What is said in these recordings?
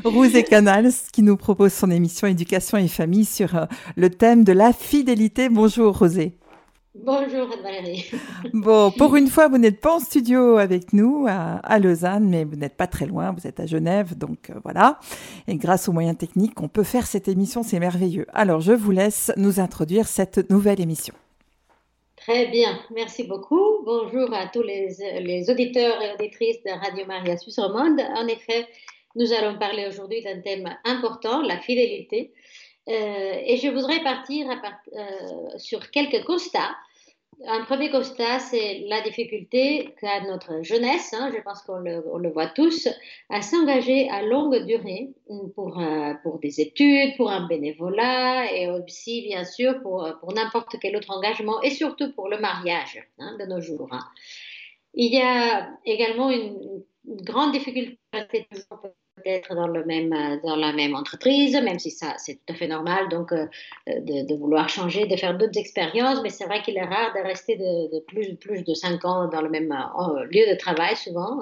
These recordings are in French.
Rosé Canals qui nous propose son émission Éducation et famille sur le thème de la fidélité. Bonjour Rosé. Bonjour Anne-Valérie. Bon, pour une fois, vous n'êtes pas en studio avec nous à Lausanne, mais vous n'êtes pas très loin, vous êtes à Genève, donc voilà. Et grâce aux moyens techniques, on peut faire cette émission, c'est merveilleux. Alors, je vous laisse nous introduire cette nouvelle émission. Très bien, merci beaucoup. Bonjour à tous les auditeurs et auditrices de Radio Maria Suisse Romande. En effet, nous allons parler aujourd'hui d'un thème important, la fidélité. Et je voudrais partir sur quelques constats. Un premier constat, c'est la difficulté qu'a notre jeunesse, je pense on le voit tous, à s'engager à longue durée pour des études, pour un bénévolat et aussi, bien sûr, pour n'importe quel autre engagement et surtout pour le mariage de nos jours. Il y a également une grande difficulté à rester toujours peut-être dans la même entreprise, même si ça, c'est tout à fait normal donc de vouloir changer, de faire d'autres expériences, mais c'est vrai qu'il est rare de rester de plus de 5 ans dans le même lieu de travail souvent.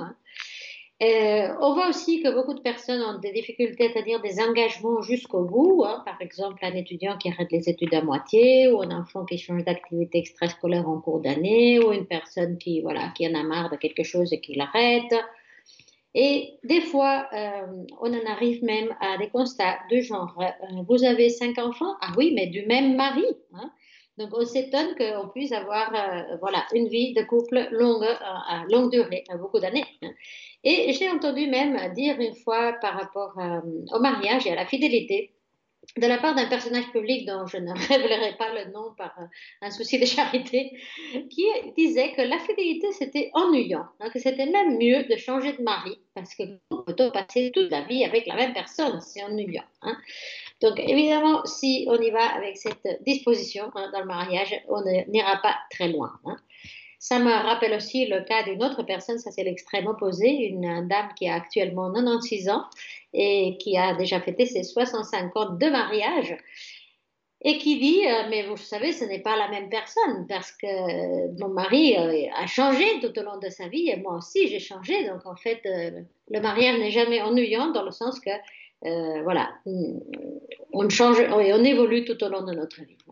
On voit aussi que beaucoup de personnes ont des difficultés à tenir des engagements jusqu'au bout. Par exemple, un étudiant qui arrête les études à moitié, ou un enfant qui change d'activité extrascolaire en cours d'année, ou une personne qui en a marre de quelque chose et qui l'arrête. Et des fois, on en arrive même à des constats de genre, vous avez 5 enfants? Ah oui, mais du même mari. Donc, on s'étonne qu'on puisse avoir une vie de couple longue, à longue durée, à beaucoup d'années. Et j'ai entendu même dire une fois par rapport au mariage et à la fidélité, de la part d'un personnage public dont je ne révélerai pas le nom par un souci de charité, qui disait que la fidélité c'était ennuyant, que c'était même mieux de changer de mari parce que on peut passer toute la vie avec la même personne, c'est ennuyant. Donc évidemment, si on y va avec cette disposition dans le mariage, on n'ira pas très loin. Ça me rappelle aussi le cas d'une autre personne, ça c'est l'extrême opposé, une dame qui a actuellement 96 ans et qui a déjà fêté ses 65 ans de mariage et qui dit, mais vous savez, ce n'est pas la même personne parce que mon mari a changé tout au long de sa vie et moi aussi j'ai changé. Donc en fait, le mariage n'est jamais ennuyant dans le sens que, voilà, on change et on évolue tout au long de notre vie.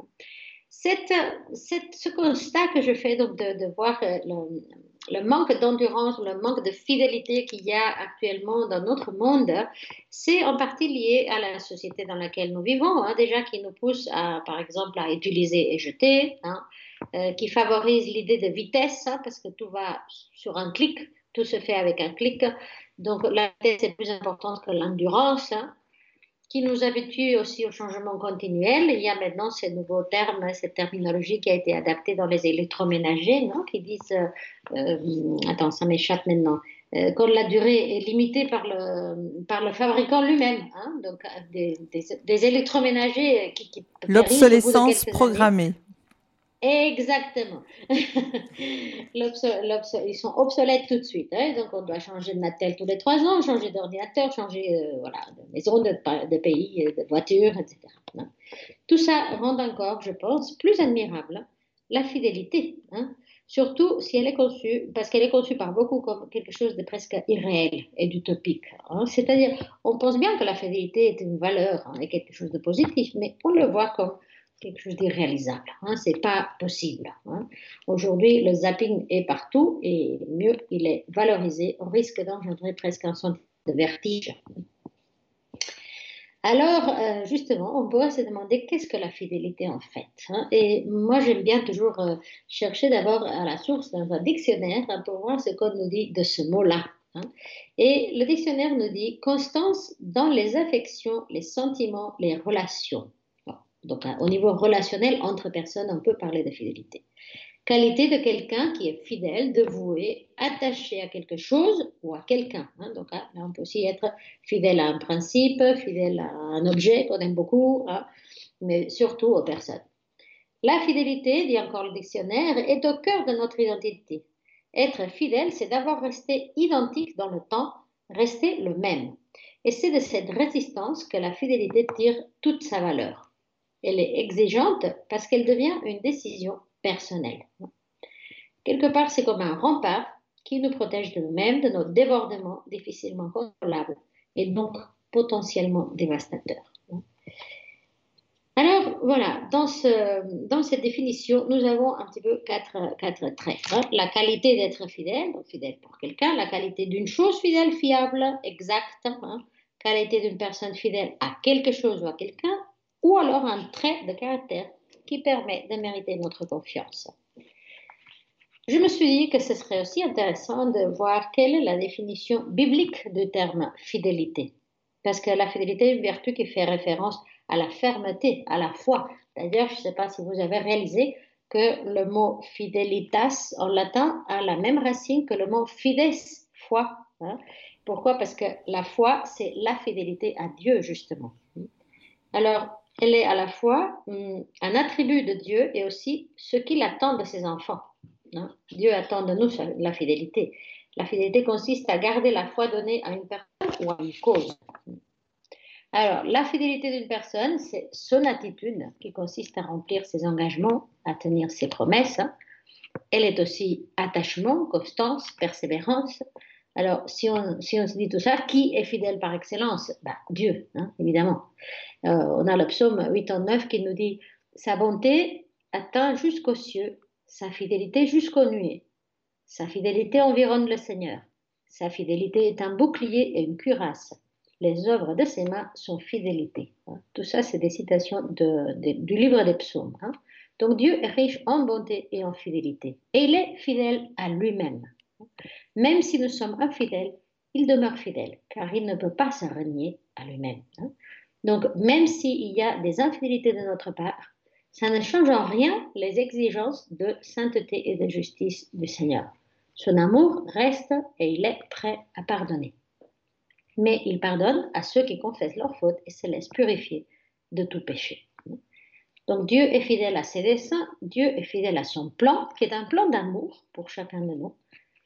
Ce constat que je fais donc de voir le manque d'endurance, le manque de fidélité qu'il y a actuellement dans notre monde, c'est en partie lié à la société dans laquelle nous vivons, déjà qui nous pousse par exemple à utiliser et jeter, qui favorise l'idée de vitesse, parce que tout va sur un clic, tout se fait avec un clic. Donc la vitesse est plus importante que l'endurance, qui nous habitue aussi au changement continuel. Il y a maintenant ces nouveaux termes, cette terminologie qui a été adaptée dans les électroménagers, non, qui disent, attends, ça m'échappe maintenant, quand la durée est limitée par le fabricant lui-même. Donc, des électroménagers qui périssent au bout de L'obsolescence quelques années. programmée. Exactement. Ils sont obsolètes tout de suite. Donc, on doit changer de matériel tous les 3 ans, changer d'ordinateur, changer de maison, de pays, de voiture, etc. Tout ça rend encore, je pense, plus admirable la fidélité. Surtout si elle est conçue, parce qu'elle est conçue par beaucoup comme quelque chose de presque irréel et d'utopique. C'est-à-dire, on pense bien que la fidélité est une valeur et quelque chose de positif, mais on le voit comme quelque chose d'irréalisable. C'est pas possible. Aujourd'hui, le zapping est partout et mieux il est valorisé, on risque d'engendrer presque un sentiment de vertige. Alors, justement, on pourrait se demander qu'est-ce que la fidélité en fait. Et moi, j'aime bien toujours chercher d'abord à la source dans un dictionnaire pour voir ce qu'on nous dit de ce mot-là. Et le dictionnaire nous dit constance dans les affections, les sentiments, les relations. Donc, au niveau relationnel, entre personnes, on peut parler de fidélité. Qualité de quelqu'un qui est fidèle, dévoué, attaché à quelque chose ou à quelqu'un. Donc, là, on peut aussi être fidèle à un principe, fidèle à un objet qu'on aime beaucoup, mais surtout aux personnes. La fidélité, dit encore le dictionnaire, est au cœur de notre identité. Être fidèle, c'est d'avoir resté identique dans le temps, rester le même. Et c'est de cette résistance que la fidélité tire toute sa valeur. Elle est exigeante parce qu'elle devient une décision personnelle. Quelque part, c'est comme un rempart qui nous protège de nous-mêmes, de nos débordements difficilement contrôlables, et donc potentiellement dévastateurs. Alors voilà, dans cette définition, nous avons un petit peu quatre traits. Hein. La qualité d'être fidèle, donc fidèle pour quelqu'un, la qualité d'une chose fidèle, fiable, exacte, hein. Qualité d'une personne fidèle à quelque chose ou à quelqu'un, ou alors un trait de caractère qui permet de mériter notre confiance. Je me suis dit que ce serait aussi intéressant de voir quelle est la définition biblique du terme fidélité. Parce que la fidélité est une vertu qui fait référence à la fermeté, à la foi. D'ailleurs, je ne sais pas si vous avez réalisé que le mot fidelitas en latin a la même racine que le mot fides, foi. Hein. Pourquoi? Parce que la foi, c'est la fidélité à Dieu, justement. Alors, elle est à la fois un attribut de Dieu et aussi ce qu'il attend de ses enfants. Hein. Dieu attend de nous la fidélité. La fidélité consiste à garder la foi donnée à une personne ou à une cause. Alors, la fidélité d'une personne, c'est son attitude qui consiste à remplir ses engagements, à tenir ses promesses. Elle est aussi attachement, constance, persévérance. Alors, si on se dit tout ça, qui est fidèle par excellence? Dieu, hein, évidemment. On a le psaume 89 qui nous dit « Sa bonté atteint jusqu'aux cieux, sa fidélité jusqu'aux nuées. Sa fidélité environne le Seigneur. Sa fidélité est un bouclier et une cuirasse. Les œuvres de ses mains sont fidélité. » Tout ça, c'est des citations du livre des psaumes. Hein. Donc Dieu est riche en bonté et en fidélité. Et il est fidèle à lui-même. Même si nous sommes infidèles, il demeure fidèle, car il ne peut pas se renier à lui-même. Hein. Donc, même s'il y a des infidélités de notre part, ça ne change en rien les exigences de sainteté et de justice du Seigneur. Son amour reste et il est prêt à pardonner. Mais il pardonne à ceux qui confessent leurs fautes et se laissent purifier de tout péché. Donc, Dieu est fidèle à ses desseins, Dieu est fidèle à son plan, qui est un plan d'amour pour chacun de nous.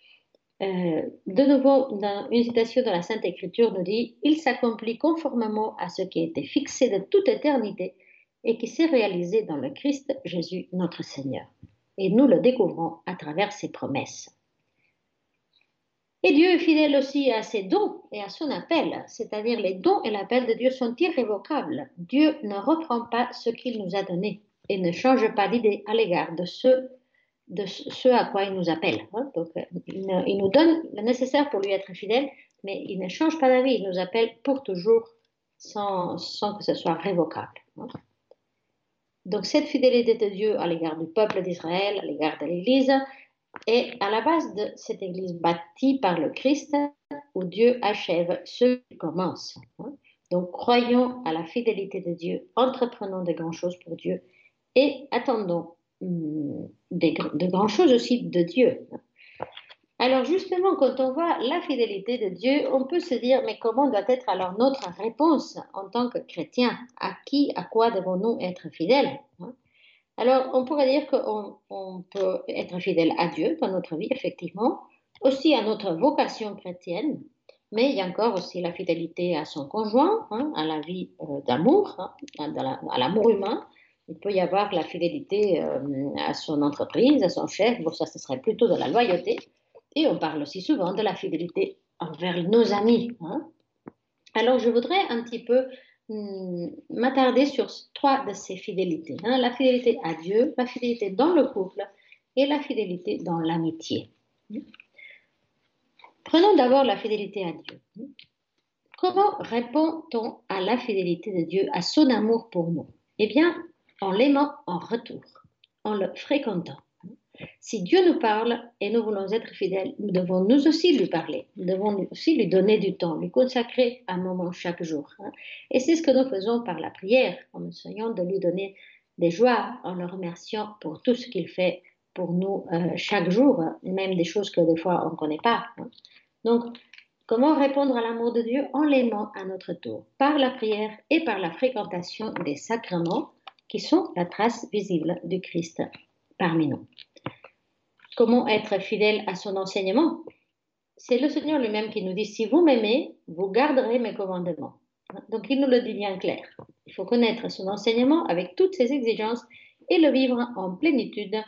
De nouveau, une citation de la Sainte Écriture nous dit « Il s'accomplit conformément à ce qui a été fixé de toute éternité et qui s'est réalisé dans le Christ Jésus notre Seigneur. » Et nous le découvrons à travers ses promesses. Et Dieu est fidèle aussi à ses dons et à son appel, c'est-à-dire les dons et l'appel de Dieu sont irrévocables. Dieu ne reprend pas ce qu'il nous a donné et ne change pas d'idée à l'égard de ce à quoi il nous appelle. Hein. Donc, il nous donne le nécessaire pour lui être fidèle, mais il ne change pas d'avis, il nous appelle pour toujours sans que ce soit révocable. Hein. Donc, cette fidélité de Dieu à l'égard du peuple d'Israël, à l'égard de l'Église, est à la base de cette Église bâtie par le Christ, où Dieu achève ce qui commence. Hein. Donc, croyons à la fidélité de Dieu, entreprenons de grandes choses pour Dieu et attendons de grandes choses aussi de Dieu. Alors justement, quand on voit la fidélité de Dieu, on peut se dire, mais comment doit être alors notre réponse en tant que chrétien? À quoi devons-nous être fidèles? Alors, on pourrait dire qu'on peut être fidèle à Dieu dans notre vie, effectivement, aussi à notre vocation chrétienne, mais il y a encore aussi la fidélité à son conjoint, hein, à la vie d'amour, hein, à l'amour humain. Il peut y avoir la fidélité à son entreprise, à son chef. Bon, ça, ce serait plutôt de la loyauté. Et on parle aussi souvent de la fidélité envers nos amis. Hein. Alors, je voudrais un petit peu m'attarder sur 3 de ces fidélités. Hein. La fidélité à Dieu, la fidélité dans le couple et la fidélité dans l'amitié. Prenons d'abord la fidélité à Dieu. Comment répond-on à la fidélité de Dieu, à son amour pour nous? Eh bien, en l'aimant en retour, en le fréquentant. Si Dieu nous parle et nous voulons être fidèles, nous devons nous aussi lui parler. Nous devons aussi lui donner du temps, lui consacrer un moment chaque jour. Et c'est ce que nous faisons par la prière, en essayant de lui donner des joies, en le remerciant pour tout ce qu'il fait pour nous chaque jour, même des choses que des fois on ne connaît pas. Donc, comment répondre à l'amour de Dieu? En l'aimant à notre tour, par la prière et par la fréquentation des sacrements qui sont la trace visible du Christ parmi nous. Comment être fidèle à son enseignement? C'est le Seigneur lui-même qui nous dit « Si vous m'aimez, vous garderez mes commandements ». Donc il nous le dit bien clair. Il faut connaître son enseignement avec toutes ses exigences et le vivre en plénitude,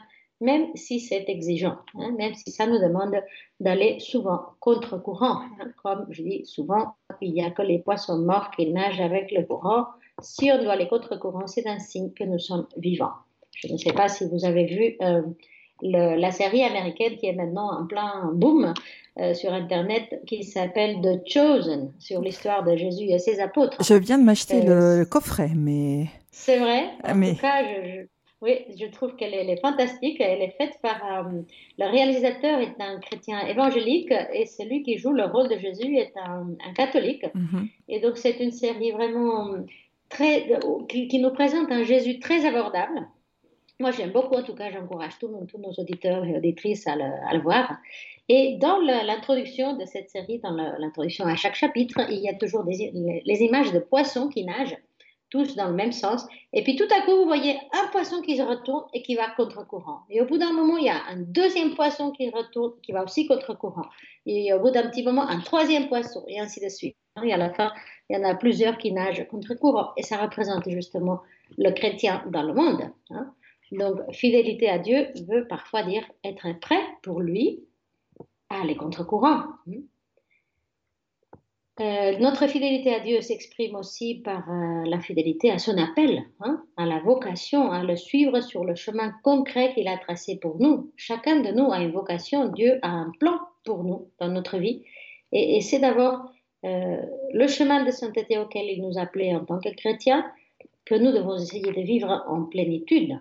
même si c'est exigeant, même si ça nous demande d'aller souvent contre-courant. Comme je dis souvent, il n'y a que les poissons morts qui nagent avec le courant. Si on doit aller contre-courant, c'est un signe que nous sommes vivants. Je ne sais pas si vous avez vu la série américaine qui est maintenant en plein boom sur Internet, qui s'appelle The Chosen, sur l'histoire de Jésus et ses apôtres. Je viens de m'acheter le coffret, mais... C'est vrai. En tout cas, oui, je trouve qu'elle est fantastique. Elle est faite par... le réalisateur est un chrétien évangélique et celui qui joue le rôle de Jésus est un catholique. Mm-hmm. Et donc, c'est une série vraiment qui nous présente un Jésus très abordable. Moi, j'aime beaucoup, en tout cas, j'encourage tous nos auditeurs et auditrices à le voir. Et dans l'introduction de cette série, dans l'introduction à chaque chapitre, il y a toujours les images de poissons qui nagent, tous dans le même sens. Et puis tout à coup, vous voyez un poisson qui se retourne et qui va contre-courant. Et au bout d'un moment, il y a un deuxième poisson qui retourne, qui va aussi contre-courant. Et au bout d'un petit moment, un troisième poisson, et ainsi de suite. Et à la fin, il y en a plusieurs qui nagent contre-courant. Et ça représente justement le chrétien dans le monde. Donc, fidélité à Dieu veut parfois dire être prêt pour lui à aller contre-courant. Notre fidélité à Dieu s'exprime aussi par la fidélité à son appel, à la vocation, à le suivre sur le chemin concret qu'il a tracé pour nous. Chacun de nous a une vocation, Dieu a un plan pour nous dans notre vie. Et c'est d'abord le chemin de sainteté auquel il nous appelait en tant que chrétiens que nous devons essayer de vivre en plénitude.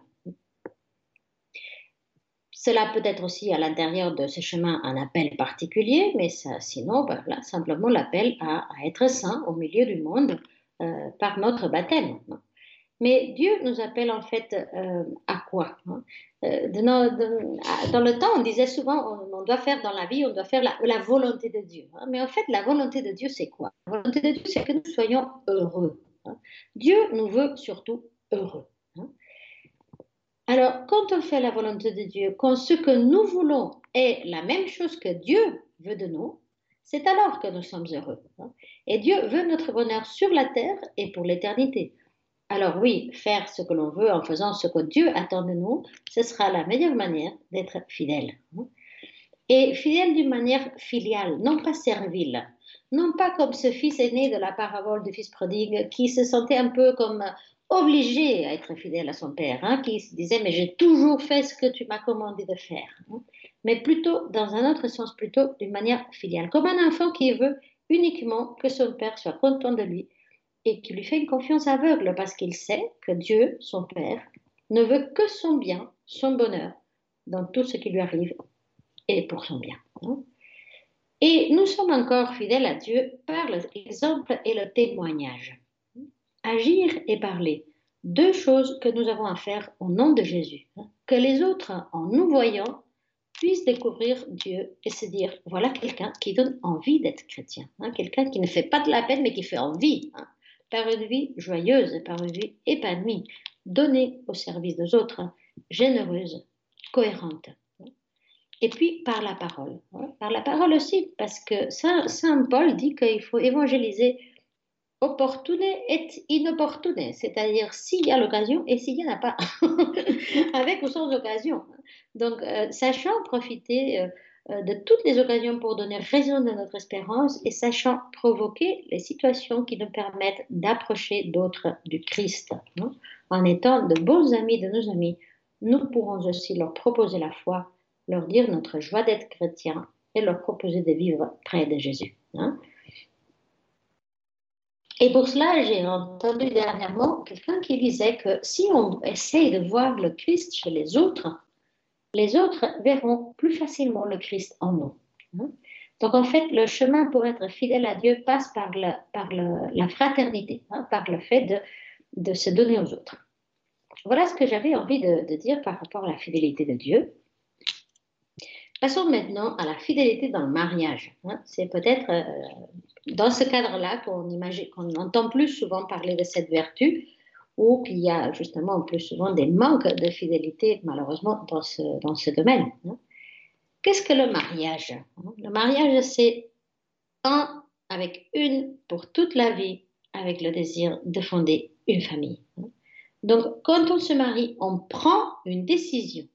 Cela peut être aussi à l'intérieur de ce chemin un appel particulier, mais sinon, voilà, simplement l'appel à être saint au milieu du monde par notre baptême. Mais Dieu nous appelle en fait à quoi dans le temps, on disait souvent, on doit faire dans la vie, on doit faire la volonté de Dieu. Mais en fait, la volonté de Dieu, c'est quoi? La volonté de Dieu, c'est que nous soyons heureux. Dieu nous veut surtout heureux. Alors, quand on fait la volonté de Dieu, quand ce que nous voulons est la même chose que Dieu veut de nous, c'est alors que nous sommes heureux. Et Dieu veut notre bonheur sur la terre et pour l'éternité. Alors oui, faire ce que l'on veut en faisant ce que Dieu attend de nous, ce sera la meilleure manière d'être fidèle. Et fidèle d'une manière filiale, non pas servile. Non pas comme ce fils aîné de la parabole du fils prodigue qui se sentait un peu comme obligé à être fidèle à son père, qui se disait mais j'ai toujours fait ce que tu m'as commandé de faire, mais plutôt dans un autre sens, plutôt d'une manière filiale, comme un enfant qui veut uniquement que son père soit content de lui et qui lui fait une confiance aveugle parce qu'il sait que Dieu, son père, ne veut que son bien, son bonheur dans tout ce qui lui arrive et pour son bien. Et nous sommes encore fidèles à Dieu par l'exemple et le témoignage. Agir et parler, deux choses que nous avons à faire au nom de Jésus. Que les autres, en nous voyant, puissent découvrir Dieu et se dire, voilà quelqu'un qui donne envie d'être chrétien. Quelqu'un qui ne fait pas de la peine, mais qui fait envie. Par une vie joyeuse, par une vie épanouie, donnée au service des autres, généreuse, cohérente. Et puis par la parole. Par la parole aussi, parce que Saint Paul dit qu'il faut évangéliser opportuné et inopportuné, c'est-à-dire s'il y a l'occasion et s'il n'y en a pas, avec ou sans occasion. Donc, sachant profiter de toutes les occasions pour donner raison de notre espérance et sachant provoquer les situations qui nous permettent d'approcher d'autres du Christ. En étant de bons amis de nos amis, nous pourrons aussi leur proposer la foi, leur dire notre joie d'être chrétien et leur proposer de vivre près de Jésus. Et pour cela, j'ai entendu dernièrement quelqu'un qui disait que si on essaye de voir le Christ chez les autres verront plus facilement le Christ en nous. Donc en fait, le chemin pour être fidèle à Dieu passe par la fraternité, par le fait de se donner aux autres. Voilà ce que j'avais envie de dire par rapport à la fidélité de Dieu. Passons maintenant à la fidélité dans le mariage. C'est peut-être dans ce cadre-là qu'on entend plus souvent parler de cette vertu, ou qu'il y a justement plus souvent des manques de fidélité, malheureusement, dans ce domaine. Qu'est-ce que le mariage? Le mariage, c'est un avec une pour toute la vie, avec le désir de fonder une famille. Donc, quand on se marie, on prend une décision.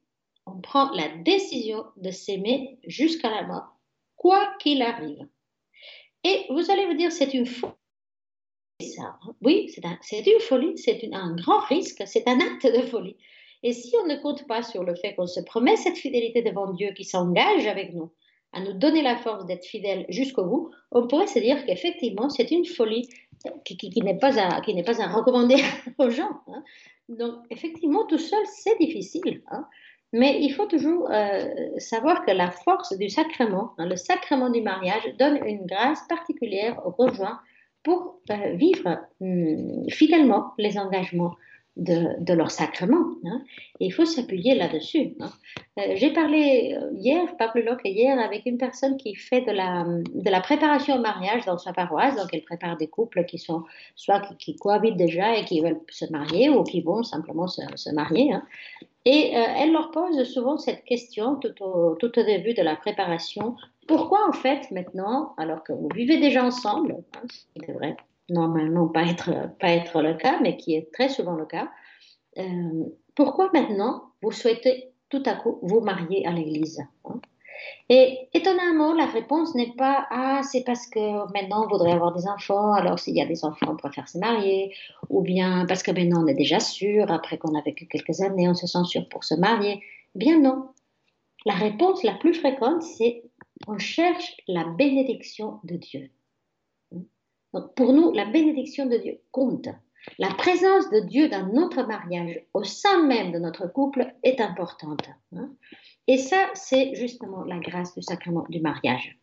on prend la décision de s'aimer jusqu'à la mort, quoi qu'il arrive. Et vous allez vous dire, c'est une folie, ça. Oui, c'est une folie, un grand risque, c'est un acte de folie. Et si on ne compte pas sur le fait qu'on se promet cette fidélité devant Dieu qui s'engage avec nous, à nous donner la force d'être fidèle jusqu'au bout, on pourrait se dire qu'effectivement, c'est une folie qui n'est pas à recommander aux gens. Hein. Donc, effectivement, tout seul, c'est difficile. Hein. Mais il faut toujours savoir que la force du sacrement, hein, le sacrement du mariage, donne une grâce particulière aux conjoints pour vivre fidèlement les engagements de leur sacrement. Hein. Et il faut s'appuyer là-dessus. Hein. J'ai parlé hier, pas plus long qu'hier, avec une personne qui fait de la préparation au mariage dans sa paroisse. Donc, elle prépare des couples qui sont soit qui cohabitent déjà et qui veulent se marier ou qui vont simplement se marier. Hein. Et elle leur pose souvent cette question tout au début de la préparation. Pourquoi en fait maintenant, alors que vous vivez déjà ensemble, hein, ce qui devrait normalement pas être le cas, mais qui est très souvent le cas, euh, pourquoi maintenant vous souhaitez tout à coup vous marier à l'église, hein? Et étonnamment, la réponse n'est pas ah, c'est parce que maintenant on voudrait avoir des enfants, alors s'il y a des enfants, on préfère se marier, ou bien parce que maintenant on est déjà sûr, après qu'on a vécu quelques années, on se sent sûr pour se marier. Eh bien non. La réponse la plus fréquente, c'est on cherche la bénédiction de Dieu. Donc pour nous, la bénédiction de Dieu compte. La présence de Dieu dans notre mariage, au sein même de notre couple, est importante. Hein. Et ça, c'est justement la grâce du sacrement du mariage.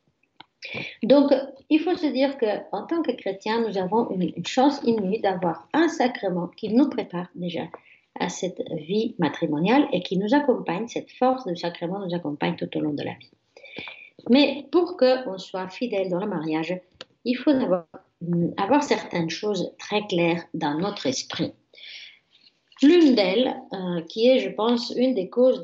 Donc, il faut se dire qu'en tant que chrétiens, nous avons une chance inouïe d'avoir un sacrement qui nous prépare déjà à cette vie matrimoniale et qui nous accompagne, cette force du sacrement nous accompagne tout au long de la vie. Mais pour qu'on soit fidèle dans le mariage, il faut avoir certaines choses très claires dans notre esprit. L'une d'elles, qui est, je pense, une des causes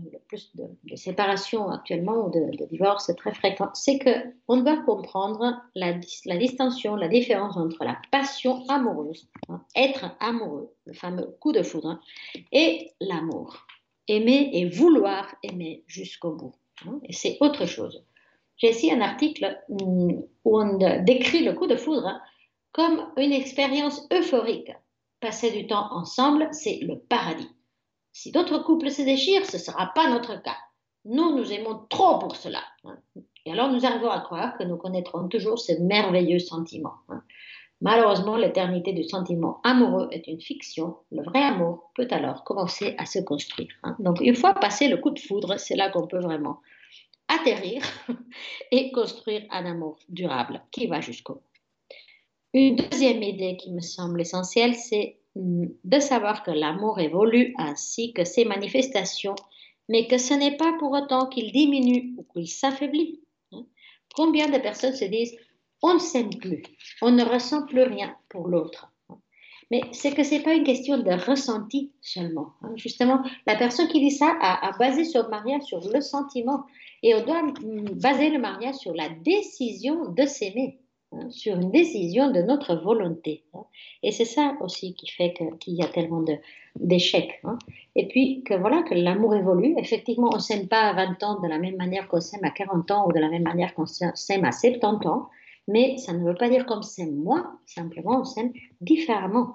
de séparation actuellement ou de divorce très fréquent, c'est qu'on doit comprendre la distinction, la différence entre la passion amoureuse, hein, être amoureux, le fameux coup de foudre, hein, et l'amour. Aimer et vouloir aimer jusqu'au bout. Hein, et c'est autre chose. J'ai ici un article où on décrit le coup de foudre hein, comme une expérience euphorique. Passer du temps ensemble, c'est le paradis. Si d'autres couples se déchirent, ce ne sera pas notre cas. Nous, nous aimons trop pour cela. Hein. Et alors, nous arrivons à croire que nous connaîtrons toujours ce merveilleux sentiment. Hein. Malheureusement, l'éternité du sentiment amoureux est une fiction. Le vrai amour peut alors commencer à se construire. Hein. Donc, une fois passé le coup de foudre, c'est là qu'on peut vraiment atterrir et construire un amour durable qui va jusqu'au bout. Une deuxième idée qui me semble essentielle, c'est de savoir que l'amour évolue ainsi que ses manifestations, mais que ce n'est pas pour autant qu'il diminue ou qu'il s'affaiblit. Combien de personnes se disent on ne s'aime plus, on ne ressent plus rien pour l'autre. Mais c'est que ce n'est pas une question de ressenti seulement. Justement, la personne qui dit ça a basé son mariage sur le sentiment. Et on doit baser le mariage sur la décision de s'aimer. Sur une décision de notre volonté. Et c'est ça aussi qui fait qu'il y a tellement d'échecs. Et puis que voilà, que l'amour évolue. Effectivement, on ne s'aime pas à 20 ans de la même manière qu'on s'aime à 40 ans ou de la même manière qu'on s'aime à 70 ans. Mais ça ne veut pas dire qu'on s'aime moins, simplement on s'aime différemment.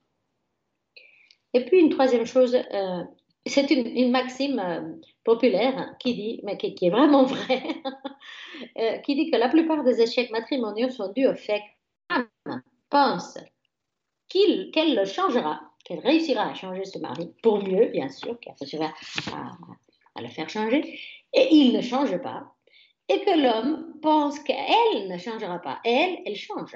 Et puis une troisième chose, c'est une maxime populaire qui dit, mais qui est vraiment vraie, qui dit que la plupart des échecs matrimoniaux sont dus au fait que la femme pense qu'elle le changera, qu'elle réussira à changer ce mari, pour mieux, bien sûr, qu'elle réussira à le faire changer, et il ne change pas, et que l'homme pense qu'elle ne changera pas, elle change.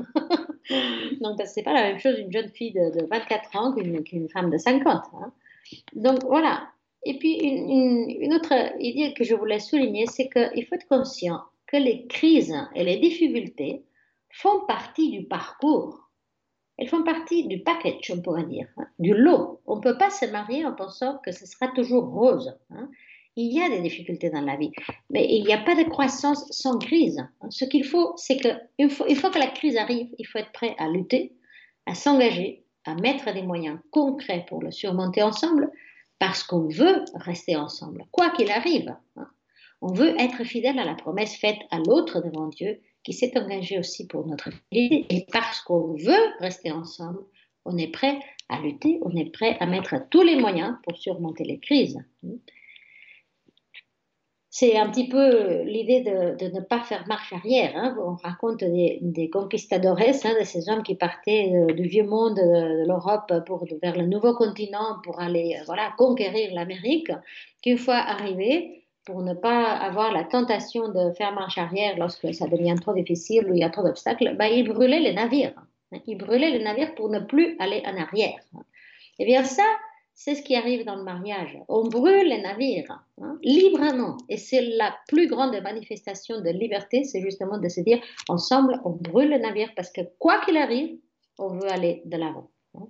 Donc, c'est pas la même chose une jeune fille de 24 ans qu'une femme de 50. Hein. Donc, voilà. Et puis, une autre idée que je voulais souligner, c'est qu'il faut être conscient que les crises et les difficultés font partie du parcours. Elles font partie du package, on pourrait dire, hein, du lot. On ne peut pas se marier en pensant que ce sera toujours rose. Hein. Il y a des difficultés dans la vie, mais il n'y a pas de croissance sans crise. Ce qu'il faut, c'est qu'une fois que la crise arrive, il faut être prêt à lutter, à s'engager, à mettre des moyens concrets pour le surmonter ensemble, parce qu'on veut rester ensemble, quoi qu'il arrive. Hein. On veut être fidèle à la promesse faite à l'autre devant Dieu, qui s'est engagé aussi pour notre fidélité. Et parce qu'on veut rester ensemble, on est prêt à lutter, on est prêt à mettre tous les moyens pour surmonter les crises. C'est un petit peu l'idée de ne pas faire marche arrière. Hein. On raconte des conquistadores, hein, de ces hommes qui partaient du vieux monde de l'Europe vers le nouveau continent pour aller voilà, conquérir l'Amérique, qu'une fois arrivés, pour ne pas avoir la tentation de faire marche arrière lorsque ça devient trop difficile ou il y a trop d'obstacles, ben, ils brûlaient les navires. Hein. Ils brûlaient les navires pour ne plus aller en arrière. Eh bien ça, c'est ce qui arrive dans le mariage. On brûle les navires, hein, librement. Et c'est la plus grande manifestation de liberté, c'est justement de se dire, ensemble, on brûle les navires parce que quoi qu'il arrive, on veut aller de l'avant. Hein.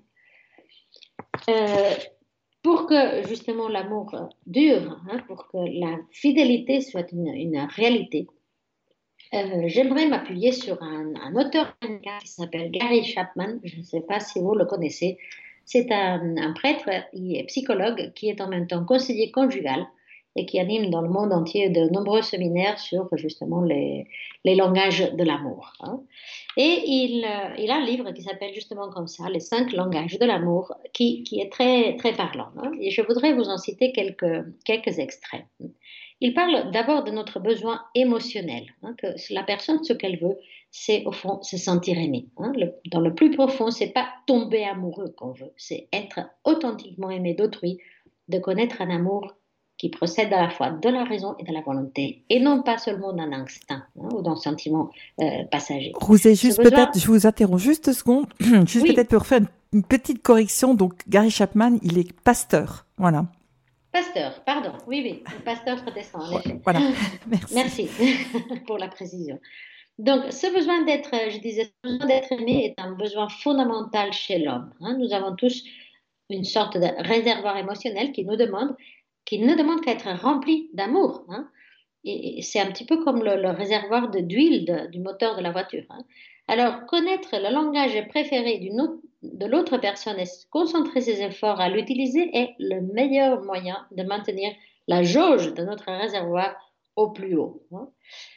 Pour que justement l'amour dure, hein, pour que la fidélité soit une réalité, j'aimerais m'appuyer sur un auteur américain qui s'appelle Gary Chapman. Je ne sais pas si vous le connaissez. C'est un prêtre et psychologue qui est en même temps conseiller conjugal et qui anime dans le monde entier de nombreux séminaires sur justement les langages de l'amour. Hein. Et il a un livre qui s'appelle justement comme ça, Les 5 langages de l'amour, qui est très, très parlant. Hein. Et je voudrais vous en citer quelques extraits. Il parle d'abord de notre besoin émotionnel, hein, que la personne, ce qu'elle veut, c'est au fond se sentir aimée. Hein. Dans le plus profond, c'est pas tomber amoureux qu'on veut, c'est être authentiquement aimé d'autrui, de connaître un amour qui procède à la fois de la raison et de la volonté, et non pas seulement d'un instinct hein, ou d'un sentiment passager. Rousset, juste besoin... peut-être, je vous interromps juste 2 secondes, juste Oui. peut-être pour faire une petite correction. Donc, Gary Chapman, il est pasteur. Voilà. Pasteur, pardon, oui, pasteur protestant, en effet. Voilà, merci. Merci pour la précision. Donc, ce besoin d'être, je disais, ce besoin d'être aimé est un besoin fondamental chez l'homme. Hein. Nous avons tous une sorte de réservoir émotionnel qui ne demande qu'à être rempli d'amour. Hein. Et c'est un petit peu comme le réservoir d'huile du moteur de la voiture. Hein. Alors, connaître le langage préféré de l'autre personne et concentrer ses efforts à l'utiliser est le meilleur moyen de maintenir la jauge de notre réservoir au plus haut. Hein.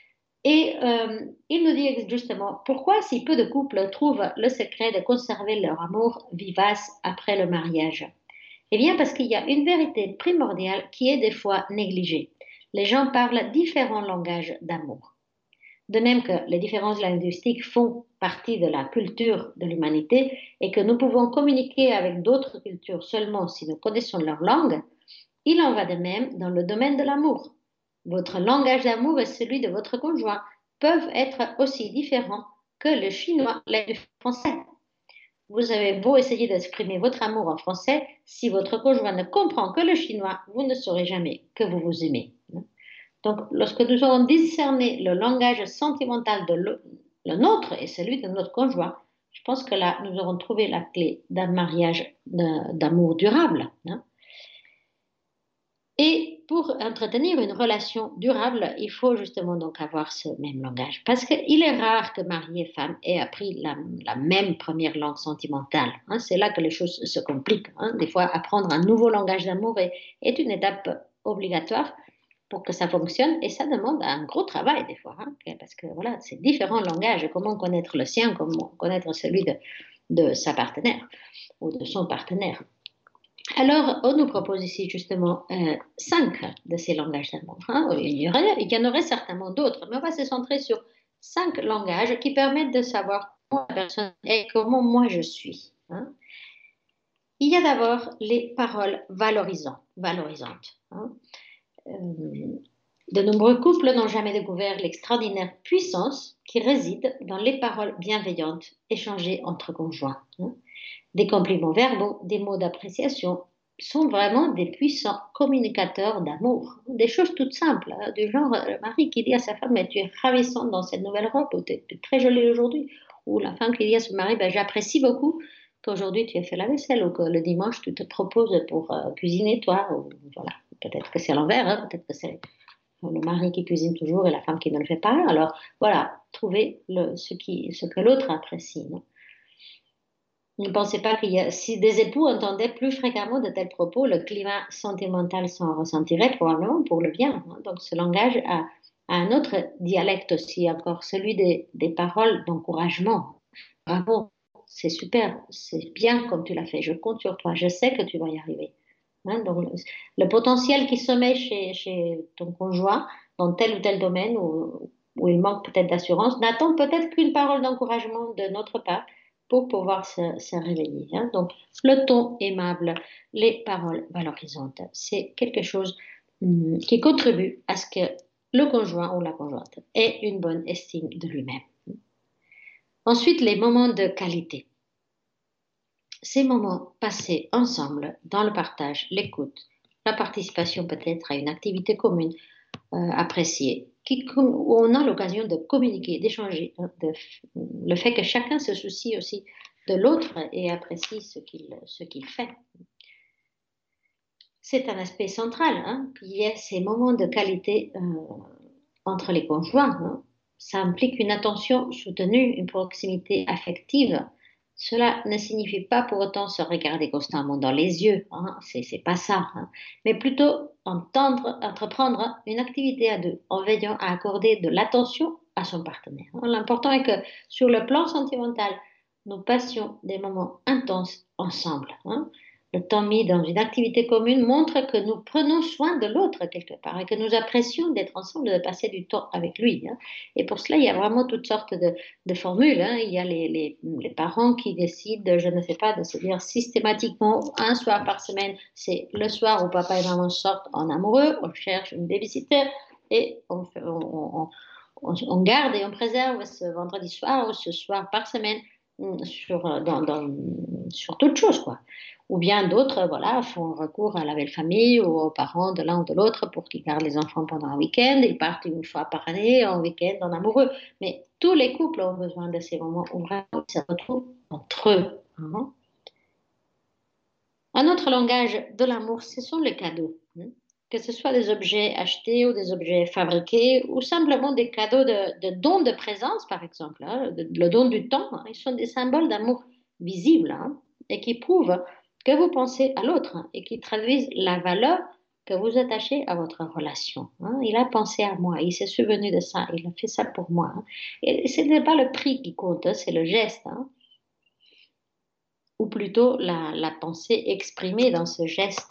Et il nous dit justement pourquoi si peu de couples trouvent le secret de conserver leur amour vivace après le mariage. Eh bien parce qu'il y a une vérité primordiale qui est des fois négligée. Les gens parlent différents langages d'amour. De même que les différences linguistiques font partie de la culture de l'humanité et que nous pouvons communiquer avec d'autres cultures seulement si nous connaissons leur langue, il en va de même dans le domaine de l'amour. Votre langage d'amour et celui de votre conjoint peuvent être aussi différents que le chinois l'est du français. Vous avez beau essayer d'exprimer votre amour en français, si votre conjoint ne comprend que le chinois, vous ne saurez jamais que vous vous aimez. Donc, lorsque nous aurons discerné le langage sentimental de le nôtre et celui de notre conjoint, je pense que là, nous aurons trouvé la clé d'un mariage d'amour durable. Hein. Et pour entretenir une relation durable, il faut justement donc avoir ce même langage. Parce qu'il est rare que mari et femme aient appris la même première langue sentimentale. Hein. C'est là que les choses se compliquent. Hein. Des fois, apprendre un nouveau langage d'amour est une étape obligatoire pour que ça fonctionne et ça demande un gros travail des fois. Hein. Parce que voilà, c'est différents langages. Comment connaître le sien, comment connaître celui de sa partenaire ou de son partenaire. Alors, on nous propose ici justement 5 de ces langages d'amour. Hein. Il y en aurait certainement d'autres, mais on va se centrer sur 5 langages qui permettent de savoir comment la personne est et comment moi je suis. Hein. Il y a d'abord les paroles valorisantes. Hein. De nombreux couples n'ont jamais découvert l'extraordinaire puissance qui réside dans les paroles bienveillantes échangées entre conjoints. Hein. Des compliments verbaux, des mots d'appréciation sont vraiment des puissants communicateurs d'amour. Des choses toutes simples, hein, du genre le mari qui dit à sa femme « tu es ravissante dans cette nouvelle robe » ou « tu es très jolie aujourd'hui » ou la femme qui dit à son mari « j'apprécie beaucoup qu'aujourd'hui tu aies fait la vaisselle » ou que le dimanche tu te proposes pour cuisiner toi. Ou, voilà. Peut-être que c'est à l'envers, hein, peut-être que c'est le mari qui cuisine toujours et la femme qui ne le fait pas. Alors voilà, trouver ce que l'autre apprécie. Non. Ne pensez pas qu'il y a, si des époux entendaient plus fréquemment de tels propos, le climat sentimental s'en ressentirait probablement pour le bien, hein. Donc ce langage a un autre dialecte aussi, encore celui des paroles d'encouragement. Bravo, c'est super, c'est bien comme tu l'as fait, je compte sur toi, je sais que tu vas y arriver. Hein, donc le potentiel qui sommeille chez ton conjoint dans tel ou tel domaine où il manque peut-être d'assurance n'attend peut-être qu'une parole d'encouragement de notre part pour pouvoir se réveiller. Hein. Donc, le ton aimable, les paroles valorisantes, c'est quelque chose qui contribue à ce que le conjoint ou la conjointe ait une bonne estime de lui-même. Ensuite, les moments de qualité. Ces moments passés ensemble dans le partage, l'écoute, la participation peut-être à une activité commune appréciée, où on a l'occasion de communiquer, d'échanger, hein, le fait que chacun se soucie aussi de l'autre et apprécie ce qu'il fait. C'est un aspect central, hein, qu'il y ait ces moments de qualité entre les conjoints. Hein. Ça implique une attention soutenue, une proximité affective. Cela ne signifie pas pour autant se regarder constamment dans les yeux, hein, c'est pas ça, hein, mais plutôt entreprendre une activité à deux en veillant à accorder de l'attention à son partenaire. Hein. L'important est que sur le plan sentimental, nous passions des moments intenses ensemble. Hein. Le temps mis dans une activité commune montre que nous prenons soin de l'autre quelque part et que nous apprécions d'être ensemble, de passer du temps avec lui. Hein. Et pour cela, il y a vraiment toutes sortes de formules. Hein. Il y a les parents qui décident, je ne sais pas, de se dire systématiquement un soir par semaine, c'est le soir où papa et maman sortent en amoureux, on cherche une babysitter et on garde et on préserve ce vendredi soir ou ce soir par semaine sur toute chose, quoi. Ou bien d'autres, voilà, font recours à la belle famille ou aux parents de l'un ou de l'autre pour qu'ils gardent les enfants pendant un week-end. Ils partent une fois par année en week-end en amoureux. Mais tous les couples ont besoin de ces moments où vraiment ils se retrouvent entre eux. Hein. Un autre langage de l'amour, ce sont les cadeaux. Hein. Que ce soit des objets achetés ou des objets fabriqués ou simplement des cadeaux de dons de présence, par exemple, hein, le don du temps, hein, ils sont des symboles d'amour visibles hein, et qui prouvent que vous pensez à l'autre hein, et qui traduisent la valeur que vous attachez à votre relation. Hein. Il a pensé à moi, il s'est souvenu de ça, il a fait ça pour moi. Hein. Et ce n'est pas le prix qui compte, hein, c'est le geste. Hein ou plutôt la pensée exprimée dans ce geste.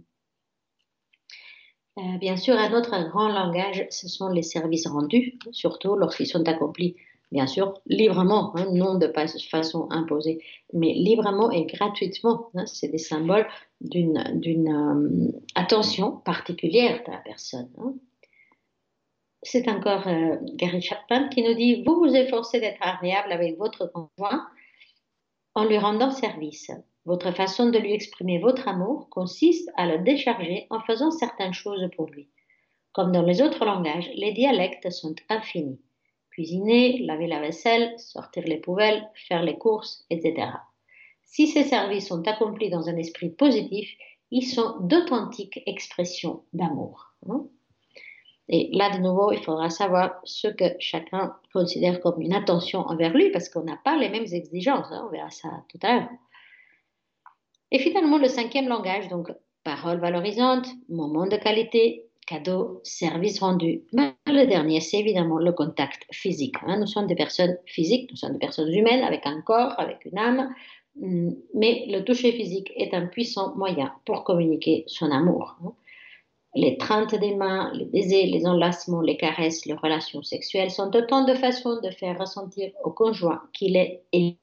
Bien sûr, un autre grand langage, ce sont les services rendus, surtout lorsqu'ils sont accomplis, bien sûr, librement, hein, non de façon imposée, mais librement et gratuitement. Hein, c'est des symboles d'une attention particulière de la personne. Hein. C'est encore Gary Chapman qui nous dit, vous vous efforcez d'être agréable avec votre conjoint en lui rendant service. Votre façon de lui exprimer votre amour consiste à le décharger en faisant certaines choses pour lui. Comme dans les autres langages, les dialectes sont infinis. Cuisiner, laver la vaisselle, sortir les poubelles, faire les courses, etc. Si ces services sont accomplis dans un esprit positif, ils sont d'authentiques expressions d'amour. Et là, de nouveau, il faudra savoir ce que chacun considère comme une attention envers lui, parce qu'on n'a pas les mêmes exigences. Hein, on verra ça tout à l'heure. Et finalement, le cinquième langage, donc paroles valorisantes, moments de qualité, cadeaux, services rendus. Mais le dernier, c'est évidemment le contact physique. Hein. Nous sommes des personnes physiques, nous sommes des personnes humaines avec un corps, avec une âme, mais le toucher physique est un puissant moyen pour communiquer son amour. Hein. L'étreinte des mains, les baisers, les enlacements, les caresses, les relations sexuelles sont autant de façons de faire ressentir au conjoint qu'il est aimé.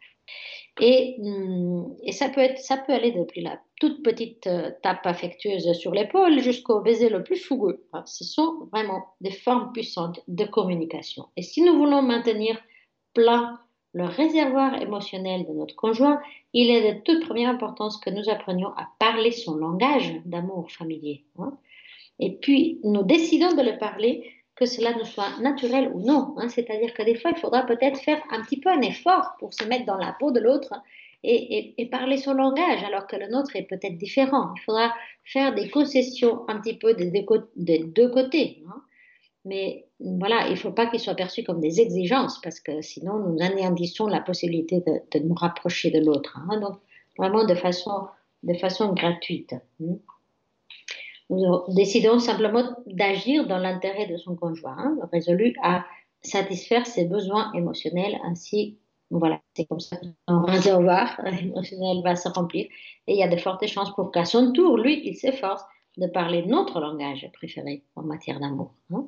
Et ça peut aller depuis la toute petite tape affectueuse sur l'épaule jusqu'au baiser le plus fougueux. Hein. Ce sont vraiment des formes puissantes de communication. Et si nous voulons maintenir plein le réservoir émotionnel de notre conjoint, il est de toute première importance que nous apprenions à parler son langage d'amour familier. Hein. Et puis, nous décidons de le parler, que cela nous soit naturel ou non. Hein. C'est-à-dire que des fois, il faudra peut-être faire un petit peu un effort pour se mettre dans la peau de l'autre et parler son langage, alors que le nôtre est peut-être différent. Il faudra faire des concessions un petit peu des deux côtés. Hein. mais voilà, il ne faut pas qu'ils soient perçus comme des exigences, parce que sinon nous anéantissons la possibilité de nous rapprocher de l'autre. Hein. Donc, vraiment de façon gratuite. Hein. Nous décidons simplement d'agir dans l'intérêt de son conjoint, hein, résolu à satisfaire ses besoins émotionnels, ainsi, voilà, c'est comme ça que son réservoir émotionnel va se remplir, et il y a de fortes chances pour qu'à son tour, lui, il s'efforce de parler notre langage préféré en matière d'amour. Hein.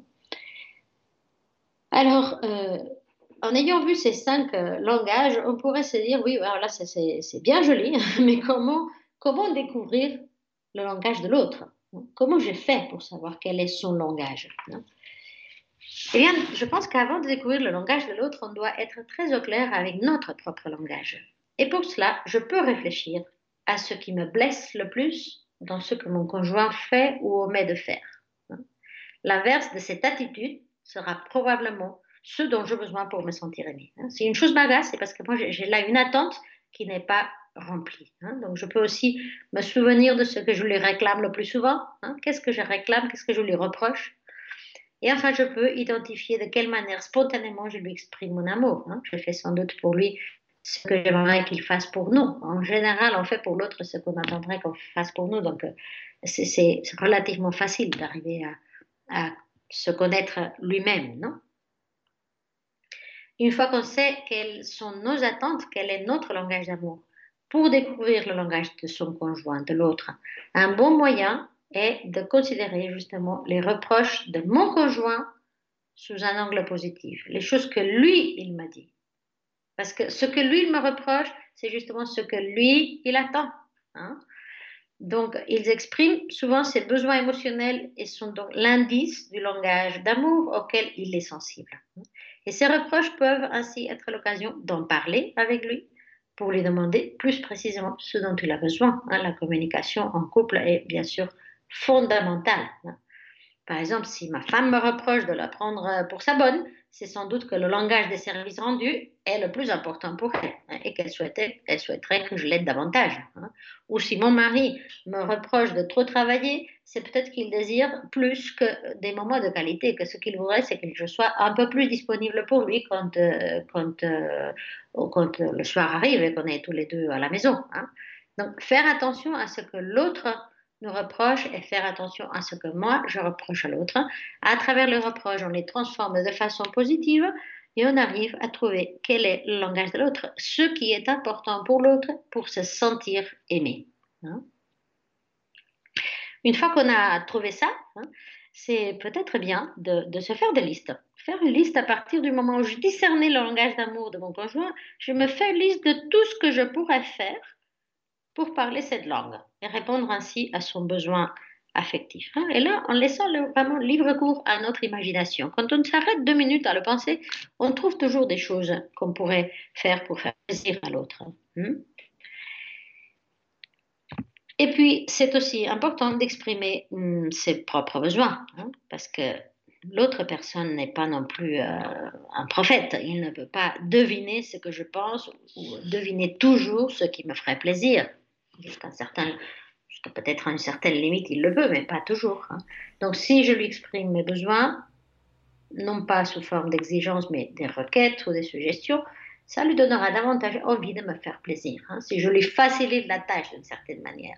Alors, en ayant vu ces 5 langages, on pourrait se dire, oui, alors là, c'est bien joli, mais comment découvrir le langage de l'autre? Comment j'ai fait pour savoir quel est son langage? Eh bien, je pense qu'avant de découvrir le langage de l'autre, on doit être très au clair avec notre propre langage. Et pour cela, je peux réfléchir à ce qui me blesse le plus dans ce que mon conjoint fait ou omet de faire. L'inverse de cette attitude sera probablement ce dont j'ai besoin pour me sentir aimée. Si une chose m'agace, c'est parce que moi, j'ai là une attente qui n'est pas remplie. Donc, je peux aussi me souvenir de ce que je lui réclame le plus souvent. Qu'est-ce que je réclame? Qu'est-ce que je lui reproche? Et enfin, je peux identifier de quelle manière spontanément je lui exprime mon amour. Je fais sans doute pour lui ce que j'aimerais qu'il fasse pour nous. En général, on fait pour l'autre ce qu'on attendrait qu'on fasse pour nous. Donc, c'est relativement facile d'arriver à se connaître lui-même, non? Une fois qu'on sait quelles sont nos attentes, quel est notre langage d'amour, pour découvrir le langage de son conjoint, de l'autre, un bon moyen est de considérer justement les reproches de mon conjoint sous un angle positif, les choses que lui, il m'a dit. Parce que ce que lui, il me reproche, c'est justement ce que lui, il attend. Hein? Donc, ils expriment souvent ses besoins émotionnels et sont donc l'indice du langage d'amour auquel il est sensible. Et ces reproches peuvent ainsi être l'occasion d'en parler avec lui pour lui demander plus précisément ce dont il a besoin. La communication en couple est bien sûr fondamentale. Par exemple, si ma femme me reproche de la prendre pour sa bonne, c'est sans doute que le langage des services rendus est le plus important pour elle et qu'elle souhaiterait que je l'aide davantage. Ou si mon mari me reproche de trop travailler, c'est peut-être qu'il désire plus que des moments de qualité, que ce qu'il voudrait, c'est que je sois un peu plus disponible pour lui quand le soir arrive et qu'on est tous les deux à la maison. Donc, faire attention à ce que l'autre nous reproche et faire attention à ce que moi je reproche à l'autre. À travers les reproches, on les transforme de façon positive et on arrive à trouver quel est le langage de l'autre, ce qui est important pour l'autre pour se sentir aimé. Une fois qu'on a trouvé ça, c'est peut-être bien de se faire des listes. Faire une liste à partir du moment où je discernais le langage d'amour de mon conjoint, je me fais une liste de tout ce que je pourrais faire pour parler cette langue et répondre ainsi à son besoin affectif. Et là, en laissant vraiment libre cours à notre imagination, quand on s'arrête 2 minutes à le penser, on trouve toujours des choses qu'on pourrait faire pour faire plaisir à l'autre. Et puis, c'est aussi important d'exprimer ses propres besoins, parce que l'autre personne n'est pas non plus un prophète. Il ne peut pas deviner ce que je pense ou deviner toujours ce qui me ferait plaisir. Jusqu'à peut-être à une certaine limite, il le peut, mais pas toujours. Donc, si je lui exprime mes besoins, non pas sous forme d'exigence, mais des requêtes ou des suggestions, ça lui donnera davantage envie de me faire plaisir. Si je lui facilite la tâche d'une certaine manière.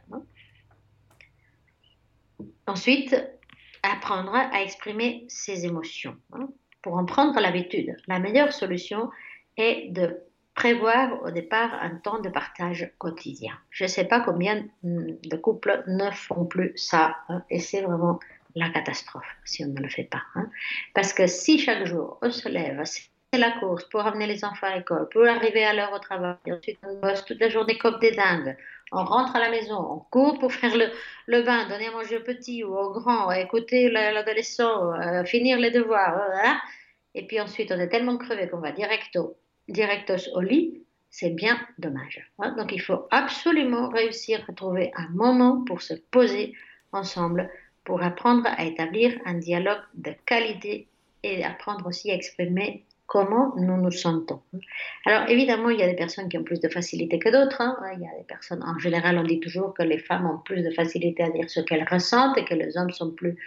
Ensuite, apprendre à exprimer ses émotions. Pour en prendre l'habitude, la meilleure solution est de prévoir au départ un temps de partage quotidien. Je ne sais pas combien de couples ne font plus ça, et c'est vraiment la catastrophe si on ne le fait pas. Parce que si chaque jour on se lève, c'est la course pour amener les enfants à l'école, pour arriver à l'heure au travail, ensuite on bosse toute la journée comme des dingues, on rentre à la maison, on court pour faire le bain, donner à manger aux petits ou aux grands, écouter l'adolescent, finir les devoirs, et puis ensuite on est tellement crevé qu'on va directos au lit, c'est bien dommage. Donc il faut absolument réussir à trouver un moment pour se poser ensemble, pour apprendre à établir un dialogue de qualité et apprendre aussi à exprimer comment nous nous sentons. Alors évidemment, il y a des personnes qui ont plus de facilité que d'autres. Il y a des personnes, en général, on dit toujours que les femmes ont plus de facilité à dire ce qu'elles ressentent et que les hommes sont plus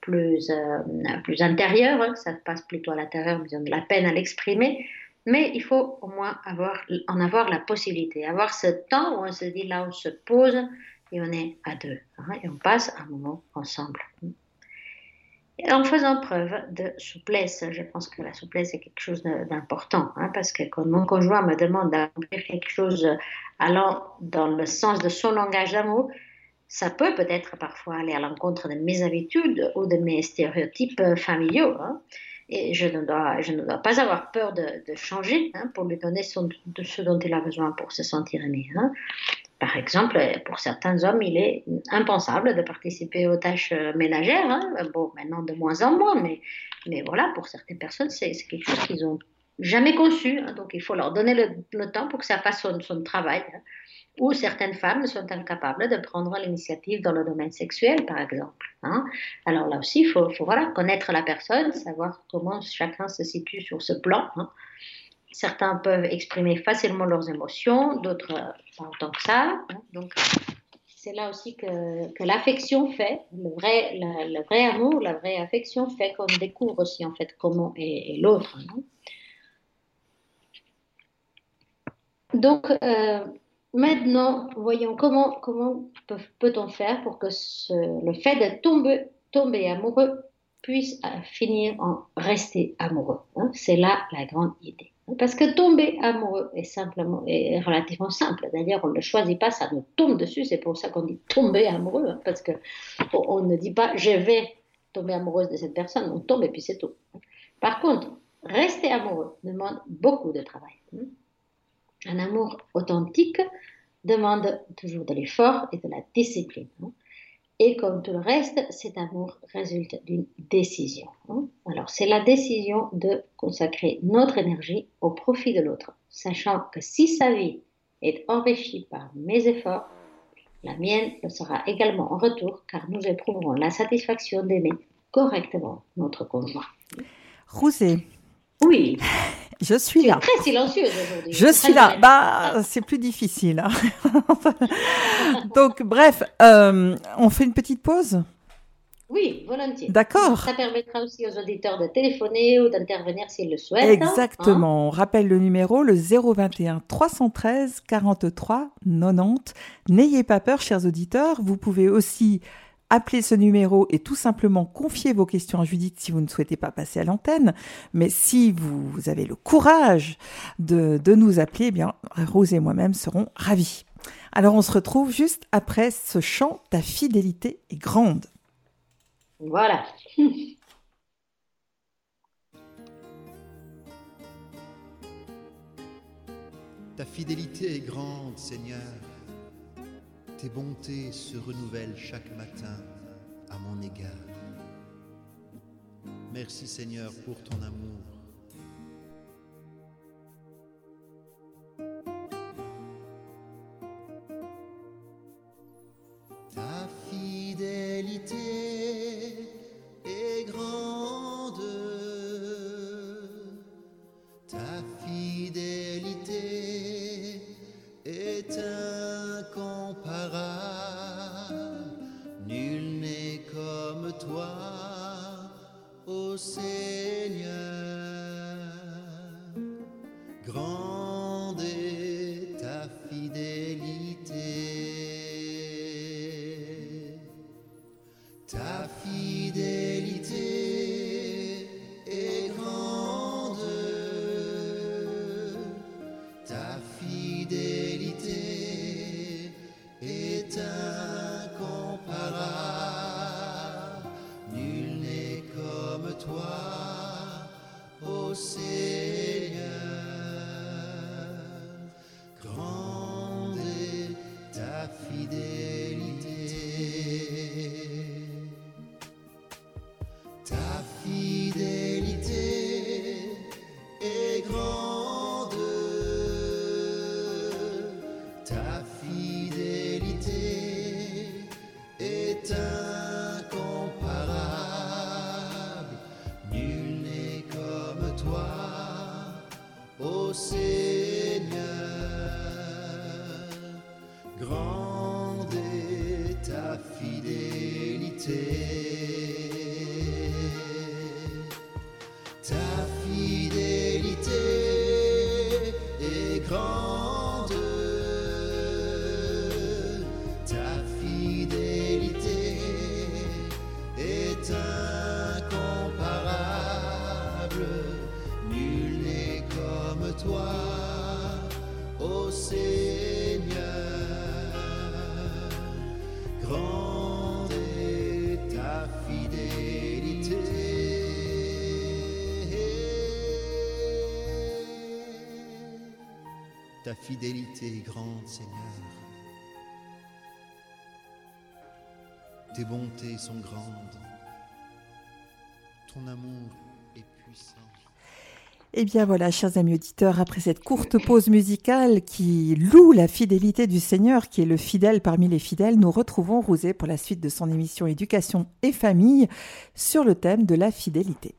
plus intérieure, hein, ça se passe plutôt à l'intérieur, mais ils ont de la peine à l'exprimer. Mais il faut au moins en avoir la possibilité, avoir ce temps où on se dit là, on se pose et on est à deux, hein, et on passe un moment ensemble. Et en faisant preuve de souplesse, je pense que la souplesse est quelque chose d'important, hein, parce que quand mon conjoint me demande d'accomplir quelque chose allant dans le sens de son langage d'amour, ça peut peut-être parfois aller à l'encontre de mes habitudes ou de mes stéréotypes familiaux, hein. Et je ne dois pas avoir peur de changer, hein, pour lui donner de ce dont il a besoin pour se sentir aimé, hein. Par exemple, pour certains hommes, il est impensable de participer aux tâches ménagères, hein. Bon, maintenant de moins en moins, mais voilà, pour certaines personnes, c'est quelque chose qu'ils n'ont jamais conçu, hein. Donc il faut leur donner le temps pour que ça fasse son travail, hein. Ou certaines femmes sont incapables de prendre l'initiative dans le domaine sexuel, par exemple, hein. Alors là aussi, il faut voilà, connaître la personne, savoir comment chacun se situe sur ce plan, hein. Certains peuvent exprimer facilement leurs émotions, d'autres pas autant que ça, hein. Donc c'est là aussi que l'affection fait, le vrai amour, la vraie affection fait qu'on découvre aussi en fait comment est l'autre, hein. Donc, maintenant, voyons comment peut-on faire pour que le fait de tomber amoureux puisse finir en rester amoureux, hein. C'est là la grande idée. Parce que tomber amoureux est relativement simple. D'ailleurs, on ne le choisit pas, ça nous tombe dessus. C'est pour ça qu'on dit tomber amoureux, hein, parce que on ne dit pas je vais tomber amoureuse de cette personne. On tombe et puis c'est tout. Par contre, rester amoureux demande beaucoup de travail. Un amour authentique demande toujours de l'effort et de la discipline, hein. Et comme tout le reste, cet amour résulte d'une décision, hein. Alors, c'est la décision de consacrer notre énergie au profit de l'autre, sachant que si sa vie est enrichie par mes efforts, la mienne le sera également en retour, car nous éprouverons la satisfaction d'aimer correctement notre conjoint. Rousée. Oui. Je suis là. Très silencieuse aujourd'hui. Je suis là. Bah, c'est plus difficile, hein. Donc, bref, on fait une petite pause? Oui, volontiers. D'accord. Ça permettra aussi aux auditeurs de téléphoner ou d'intervenir s'ils le souhaitent. Exactement. On rappelle le numéro, le 021 313 43 90. N'ayez pas peur, chers auditeurs. Vous pouvez aussi appelez ce numéro et tout simplement confier vos questions à Judith si vous ne souhaitez pas passer à l'antenne. Mais si vous avez le courage de nous appeler, eh bien, Rose et moi-même serons ravis. Alors, on se retrouve juste après ce chant « Ta fidélité est grande ». Voilà. Ta fidélité est grande, Seigneur. Tes bontés se renouvellent chaque matin à mon égard. Merci Seigneur pour ton amour. Ta fidélité est grande. Ta fidélité est incomparable. Nul n'est comme toi, ô Seigneur. Grande est ta fidélité. Ta fidélité est grande. Ta fidélité est incomparable. Nul n'est comme toi, ô Seigneur. Grande est ta fidélité. Ta fidélité est grande. Ta fidélité est incomparable. Nul n'est comme toi, ô Seigneur. Grande est ta fidélité. ta fidélité est grande, Seigneur. Tes bontés sont grandes. Ton amour est puissant. Eh bien voilà, chers amis auditeurs, après cette courte pause musicale qui loue la fidélité du Seigneur, qui est le fidèle parmi les fidèles, nous retrouvons Rouzé pour la suite de son émission Éducation et Famille sur le thème de la fidélité.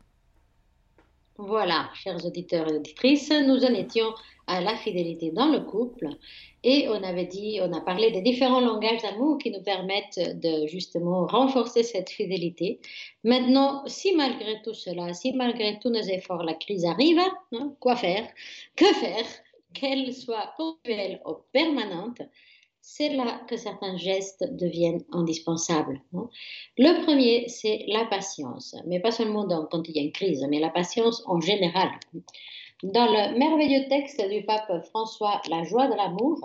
Voilà, chers auditeurs et auditrices, nous en étions à la fidélité dans le couple et on a parlé des différents langages d'amour qui nous permettent de justement renforcer cette fidélité. Maintenant, si malgré tout cela, si malgré tous nos efforts, la crise arrive, quoi faire? Que faire? Qu'elle soit ponctuelle ou permanente, c'est là que certains gestes deviennent indispensables. Le premier, c'est la patience, mais pas seulement quand il y a une crise, mais la patience en général. Dans le merveilleux texte du pape François, La joie de l'amour,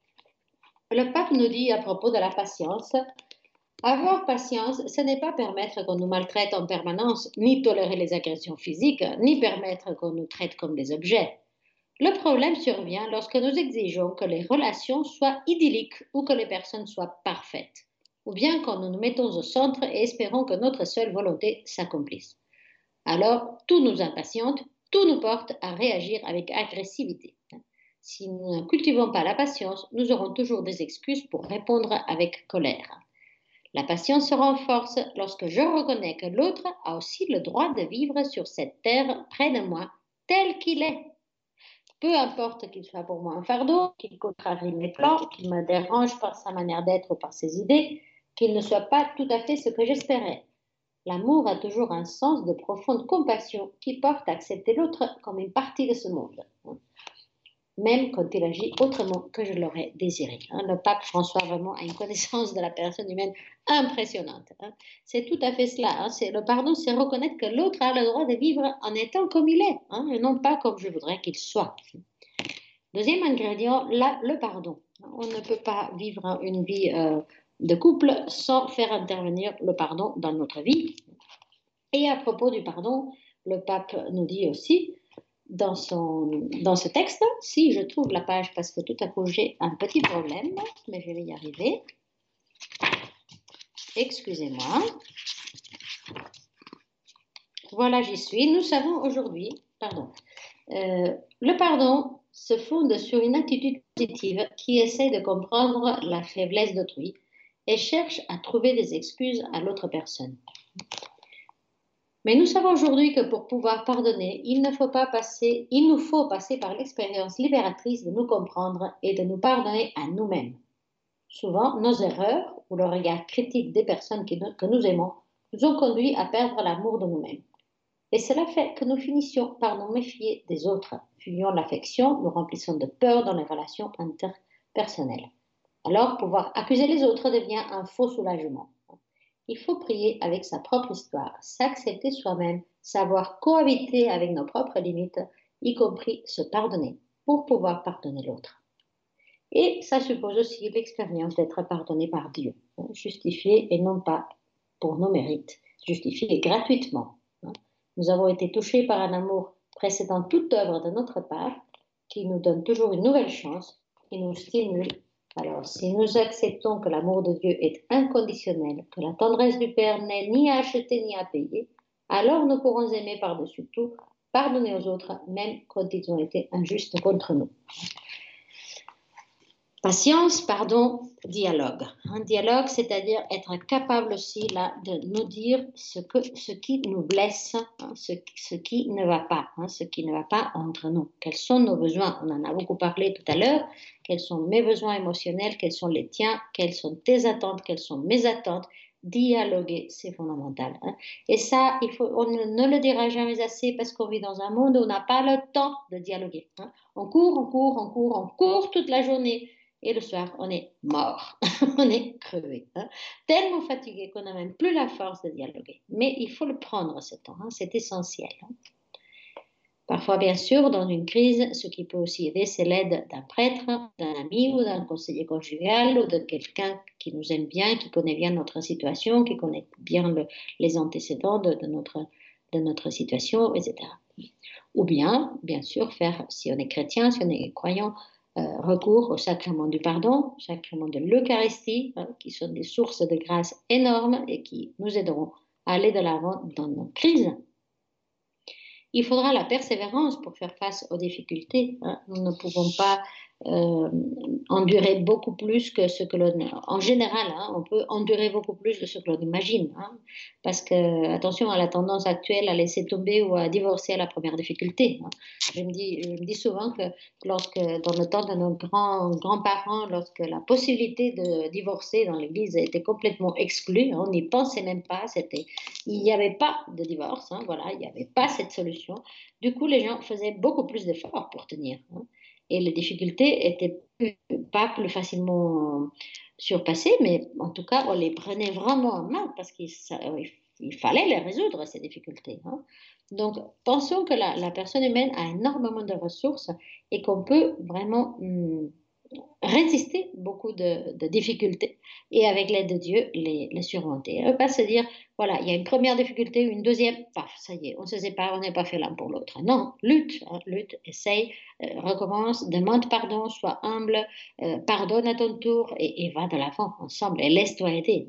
le pape nous dit à propos de la patience, avoir patience, ce n'est pas permettre qu'on nous maltraite en permanence, ni tolérer les agressions physiques, ni permettre qu'on nous traite comme des objets. Le problème survient lorsque nous exigeons que les relations soient idylliques ou que les personnes soient parfaites, ou bien quand nous nous mettons au centre et espérons que notre seule volonté s'accomplisse. Alors, tout nous impatiente, tout nous porte à réagir avec agressivité. Si nous ne cultivons pas la patience, nous aurons toujours des excuses pour répondre avec colère. La patience se renforce lorsque je reconnais que l'autre a aussi le droit de vivre sur cette terre près de moi tel qu'il est. Peu importe qu'il soit pour moi un fardeau, qu'il contrarie mes plans, qu'il me dérange par sa manière d'être ou par ses idées, qu'il ne soit pas tout à fait ce que j'espérais. L'amour a toujours un sens de profonde compassion qui porte à accepter l'autre comme une partie de ce monde, même quand il agit autrement que je l'aurais désiré. Le pape François vraiment a une connaissance de la personne humaine impressionnante. C'est tout à fait cela. Le pardon, c'est reconnaître que l'autre a le droit de vivre en étant comme il est, et non pas comme je voudrais qu'il soit. Deuxième ingrédient, le pardon. On ne peut pas vivre une vie de couple sans faire intervenir le pardon dans notre vie. Et à propos du pardon, le pape nous dit aussi, dans ce texte, si je trouve la page parce que tout à coup j'ai un petit problème, mais je vais y arriver. Excusez-moi. Voilà, j'y suis. Nous savons aujourd'hui, le pardon se fonde sur une attitude positive qui essaie de comprendre la faiblesse d'autrui et cherche à trouver des excuses à l'autre personne. Mais nous savons aujourd'hui que pour pouvoir pardonner, il nous faut passer par l'expérience libératrice de nous comprendre et de nous pardonner à nous-mêmes. Souvent, nos erreurs ou le regard critique des personnes que nous aimons nous ont conduits à perdre l'amour de nous-mêmes. Et cela fait que nous finissions par nous méfier des autres, fuyons l'affection, nous remplissons de peur dans les relations interpersonnelles. Alors, pouvoir accuser les autres devient un faux soulagement. Il faut prier avec sa propre histoire, s'accepter soi-même, savoir cohabiter avec nos propres limites, y compris se pardonner, pour pouvoir pardonner l'autre. Et ça suppose aussi l'expérience d'être pardonné par Dieu, justifié et non pas pour nos mérites, justifié gratuitement. Nous avons été touchés par un amour précédant toute œuvre de notre part, qui nous donne toujours une nouvelle chance, qui nous stimule. Alors, si nous acceptons que l'amour de Dieu est inconditionnel, que la tendresse du Père n'est ni à acheter ni à payer, alors nous pourrons aimer par-dessus tout, pardonner aux autres, même quand ils ont été injustes contre nous. Patience, pardon, dialogue. Un dialogue, c'est-à-dire être capable aussi là de nous dire ce qui nous blesse, ce qui ne va pas, ce qui ne va pas entre nous. Quels sont nos besoins? On en a beaucoup parlé tout à l'heure. Quels sont mes besoins émotionnels? Quels sont les tiens? Quelles sont tes attentes? Quelles sont mes attentes? Dialoguer, c'est fondamental. Et ça, on ne le dira jamais assez parce qu'on vit dans un monde où on n'a pas le temps de dialoguer. On court toute la journée. Et le soir, on est mort, on est crevé, tellement fatigué qu'on n'a même plus la force de dialoguer. Mais il faut le prendre ce temps, c'est essentiel. Parfois, bien sûr, dans une crise, ce qui peut aussi aider, c'est l'aide d'un prêtre, d'un ami ou d'un conseiller conjugal ou de quelqu'un qui nous aime bien, qui connaît bien notre situation, qui connaît bien les antécédents de notre situation, etc. Ou bien sûr, si on est chrétien, si on est croyant, recours au sacrement du pardon, au sacrement de l'Eucharistie, qui sont des sources de grâce énormes et qui nous aideront à aller de l'avant dans nos crises. Il faudra la persévérance pour faire face aux difficultés. Nous ne pouvons pas endurer beaucoup plus que ce que l'on... En général, on peut endurer beaucoup plus que ce que l'on imagine. Parce que, attention à la tendance actuelle à laisser tomber ou à divorcer à la première difficulté. Je me dis souvent que lorsque, dans le temps de nos grands-parents, lorsque la possibilité de divorcer dans l'Église était complètement exclue, on n'y pensait même pas, il n'y avait pas de divorce, voilà, il n'y avait pas cette solution. Du coup, les gens faisaient beaucoup plus d'efforts pour tenir. Et les difficultés étaient pas plus facilement surpassées, mais en tout cas, on les prenait vraiment en main parce qu'il fallait les résoudre, ces difficultés. Donc, pensons que la personne humaine a énormément de ressources et qu'on peut vraiment résister beaucoup de difficultés et avec l'aide de Dieu les surmonter. Ne pas se dire, voilà, il y a une première difficulté, une deuxième, paf, ça y est, on se sépare, on n'est pas fait l'un pour l'autre. Non, lutte, essaye, recommence, demande pardon, sois humble, pardonne à ton tour et va de l'avant ensemble et laisse-toi aider.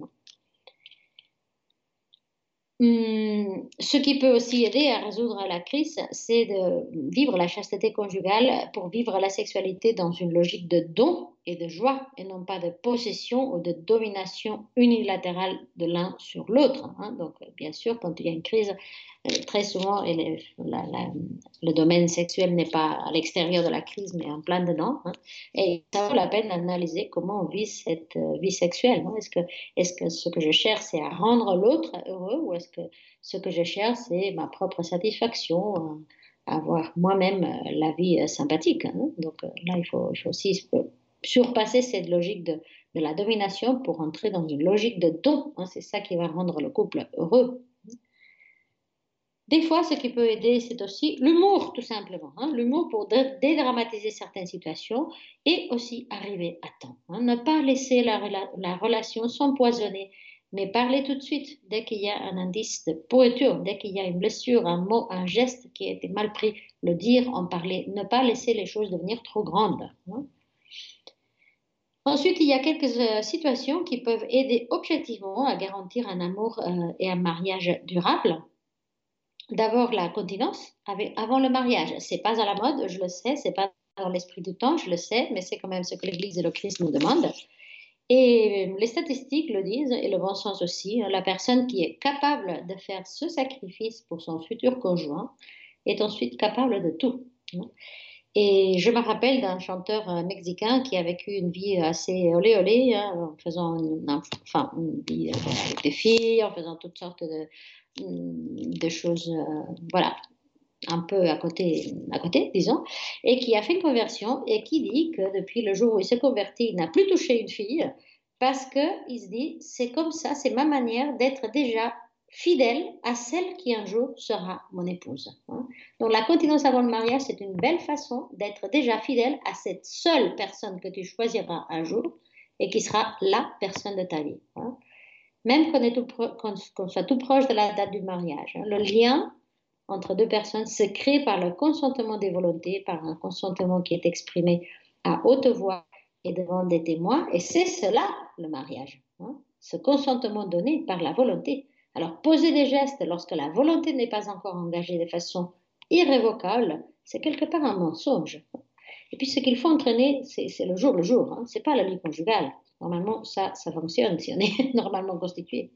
Ce qui peut aussi aider à résoudre la crise, c'est de vivre la chasteté conjugale pour vivre la sexualité dans une logique de don et de joie, et non pas de possession ou de domination unilatérale de l'un sur l'autre. Donc, bien sûr, quand il y a une crise, très souvent, le domaine sexuel n'est pas à l'extérieur de la crise, mais en plein dedans. Et ça vaut la peine d'analyser comment on vit cette vie sexuelle. Est-ce que ce que je cherche, c'est à rendre l'autre heureux, ou est-ce que ce que je cherche, c'est ma propre satisfaction, avoir moi-même la vie sympathique. Donc là, il faut aussi surpasser cette logique de la domination pour entrer dans une logique de don. C'est ça qui va rendre le couple heureux. Des fois, ce qui peut aider, c'est aussi l'humour, tout simplement. L'humour pour dédramatiser certaines situations et aussi arriver à temps. Ne pas laisser la relation s'empoisonner, mais parler tout de suite dès qu'il y a un indice de pourriture, dès qu'il y a une blessure, un mot, un geste qui a été mal pris, le dire, en parler, ne pas laisser les choses devenir trop grandes. Ensuite, il y a quelques situations qui peuvent aider objectivement à garantir un amour et un mariage durable. D'abord, la continence avant le mariage. C'est pas à la mode, je le sais, c'est pas dans l'esprit du temps, je le sais, mais c'est quand même ce que l'Église et le Christ nous demandent. Et les statistiques le disent, et le bon sens aussi. La personne qui est capable de faire ce sacrifice pour son futur conjoint est ensuite capable de tout. Et je me rappelle d'un chanteur mexicain qui a vécu une vie assez olé olé, en faisant une vie avec des filles, en faisant toutes sortes de choses, voilà, un peu à côté, disons, et qui a fait une conversion et qui dit que depuis le jour où il s'est converti, il n'a plus touché une fille parce qu'il se dit, c'est comme ça, c'est ma manière d'être déjà fidèle à celle qui un jour sera mon épouse. Donc la continence avant le mariage, c'est une belle façon d'être déjà fidèle à cette seule personne que tu choisiras un jour et qui sera la personne de ta vie. Même qu'on soit tout proche de la date du mariage. Le lien entre deux personnes se crée par le consentement des volontés, par un consentement qui est exprimé à haute voix et devant des témoins. Et c'est cela, le mariage. Ce consentement donné par la volonté. Alors, poser des gestes lorsque la volonté n'est pas encore engagée de façon irrévocable, c'est quelque part un mensonge. Et puis, ce qu'il faut entraîner, c'est le jour. C'est pas la vie conjugale. Normalement, ça fonctionne si on est normalement constitué.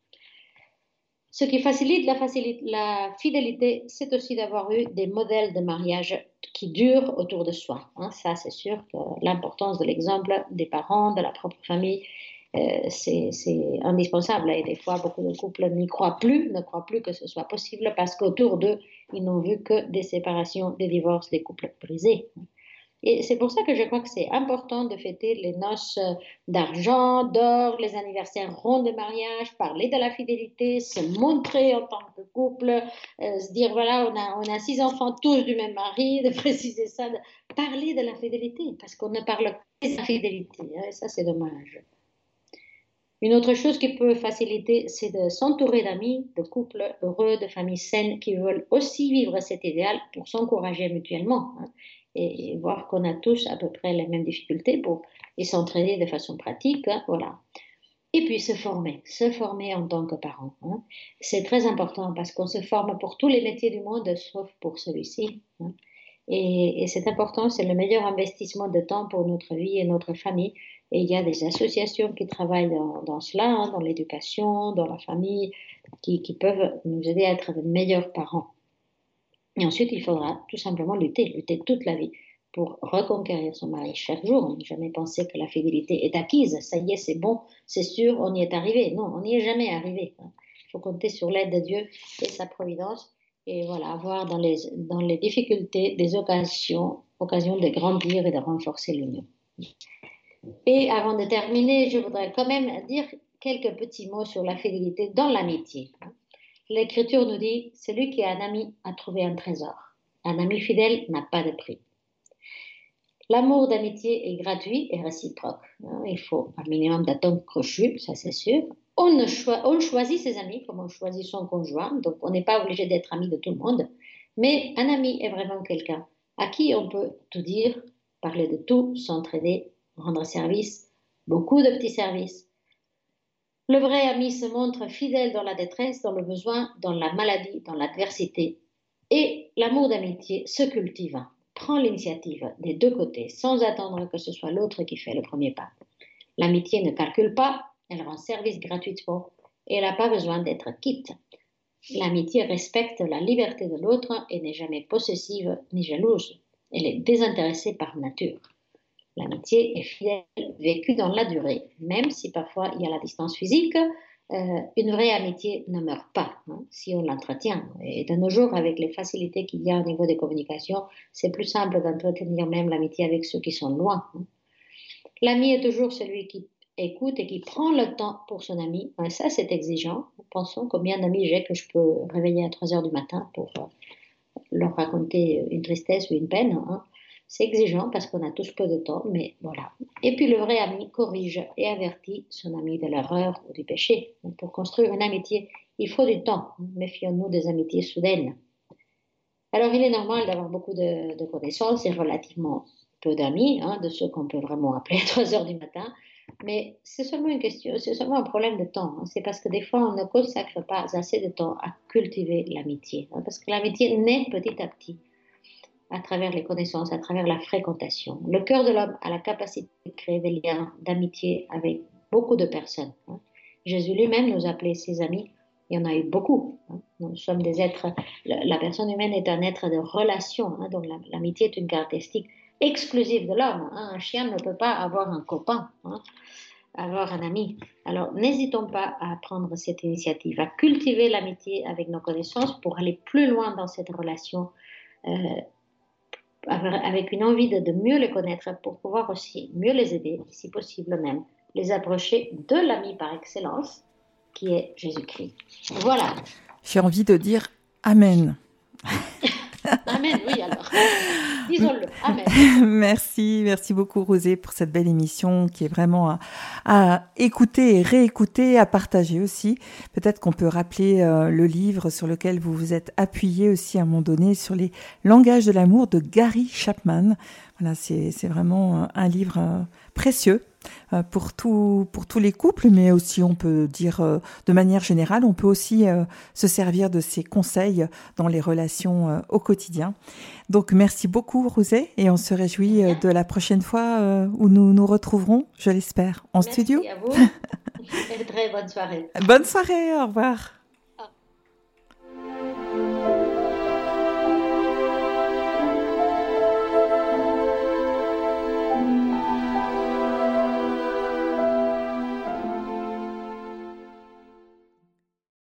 Ce qui facilite la fidélité, c'est aussi d'avoir eu des modèles de mariage qui durent autour de soi. Ça, c'est sûr que l'importance de l'exemple des parents, de la propre famille, c'est indispensable. Et des fois, beaucoup de couples ne croient plus que ce soit possible parce qu'autour d'eux, ils n'ont vu que des séparations, des divorces, des couples brisés. Et c'est pour ça que je crois que c'est important de fêter les noces d'argent, d'or, les anniversaires ronds de mariage, parler de la fidélité, se montrer en tant que couple, se dire voilà, on a 6 enfants tous du même mari, de préciser ça, de parler de la fidélité, parce qu'on ne parle que de la fidélité, et ça c'est dommage. Une autre chose qui peut faciliter, c'est de s'entourer d'amis, de couples heureux, de familles saines qui veulent aussi vivre cet idéal pour s'encourager mutuellement. et voir qu'on a tous à peu près les mêmes difficultés et s'entraider de façon pratique, hein, voilà. Et puis se former en tant que parent, hein. C'est très important parce qu'on se forme pour tous les métiers du monde, sauf pour celui-ci, hein. Et c'est important, c'est le meilleur investissement de temps pour notre vie et notre famille. Et il y a des associations qui travaillent dans cela, hein, dans l'éducation, dans la famille, qui peuvent nous aider à être de meilleurs parents. Et ensuite, il faudra tout simplement lutter toute la vie pour reconquérir son mari chaque jour. On n'a jamais pensé que la fidélité est acquise. Ça y est, c'est bon, c'est sûr, on y est arrivé. Non, on n'y est jamais arrivé. Il faut compter sur l'aide de Dieu et sa providence. Et voilà, avoir dans les difficultés des occasions de grandir et de renforcer l'union. Et avant de terminer, je voudrais quand même dire quelques petits mots sur la fidélité dans l'amitié. L'Écriture nous dit, celui qui a un ami a trouvé un trésor. Un ami fidèle n'a pas de prix. L'amour d'amitié est gratuit et réciproque. Il faut un minimum d'atomes crochus, ça c'est sûr. On choisit ses amis comme on choisit son conjoint, donc on n'est pas obligé d'être ami de tout le monde. Mais un ami est vraiment quelqu'un à qui on peut tout dire, parler de tout, s'entraider, rendre service, beaucoup de petits services. Le vrai ami se montre fidèle dans la détresse, dans le besoin, dans la maladie, dans l'adversité. Et l'amour d'amitié se cultive, prend l'initiative des deux côtés, sans attendre que ce soit l'autre qui fait le premier pas. L'amitié ne calcule pas, elle rend service gratuitement et elle n'a pas besoin d'être quitte. L'amitié respecte la liberté de l'autre et n'est jamais possessive ni jalouse. Elle est désintéressée par nature. L'amitié est fidèle, vécue dans la durée, même si parfois il y a la distance physique. Une vraie amitié ne meurt pas, hein, si on l'entretient. Et de nos jours, avec les facilités qu'il y a au niveau des communications, c'est plus simple d'entretenir même l'amitié avec ceux qui sont loin, hein. L'ami est toujours celui qui écoute et qui prend le temps pour son ami. Ça, c'est exigeant. Pensons combien d'amis j'ai que je peux réveiller à 3 heures du matin pour leur raconter une tristesse ou une peine, hein. C'est exigeant parce qu'on a tous peu de temps, mais voilà. Et puis le vrai ami corrige et avertit son ami de l'erreur ou du péché. Donc, pour construire une amitié, il faut du temps. Méfions-nous des amitiés soudaines. Alors il est normal d'avoir beaucoup de connaissances et relativement peu d'amis, hein, de ceux qu'on peut vraiment appeler à 3 heures du matin. Mais c'est seulement une question, c'est seulement un problème de temps, hein. C'est parce que des fois on ne consacre pas assez de temps à cultiver l'amitié, hein, parce que l'amitié naît petit à petit à travers les connaissances, à travers la fréquentation. Le cœur de l'homme a la capacité de créer des liens d'amitié avec beaucoup de personnes, hein. Jésus lui-même nous appelait ses amis. Il y en a eu beaucoup, hein. Nous sommes des êtres, la personne humaine est un être de relation, hein, donc l'amitié est une caractéristique exclusive de l'homme, hein. Un chien ne peut pas avoir un copain, hein, avoir un ami. Alors n'hésitons pas à prendre cette initiative, à cultiver l'amitié avec nos connaissances pour aller plus loin dans cette relation, avec une envie de mieux les connaître pour pouvoir aussi mieux les aider, si possible même, les approcher de l'ami par excellence, qui est Jésus-Christ. Voilà. J'ai envie de dire Amen. Amen, oui, alors. Disons-le. Amen. Merci beaucoup Rosée pour cette belle émission qui est vraiment à écouter et réécouter, à partager aussi. Peut-être qu'on peut rappeler le livre sur lequel vous vous êtes appuyé aussi à un moment donné, sur les langages de l'amour de Gary Chapman. Voilà, c'est vraiment un livre précieux pour tous les couples, mais aussi on peut dire de manière générale, on peut aussi se servir de ces conseils dans les relations au quotidien. Donc merci beaucoup Rosée et on se réjouit de la prochaine fois où nous nous retrouverons, je l'espère, en studio. Merci à vous et très bonne soirée. Bonne soirée, au revoir.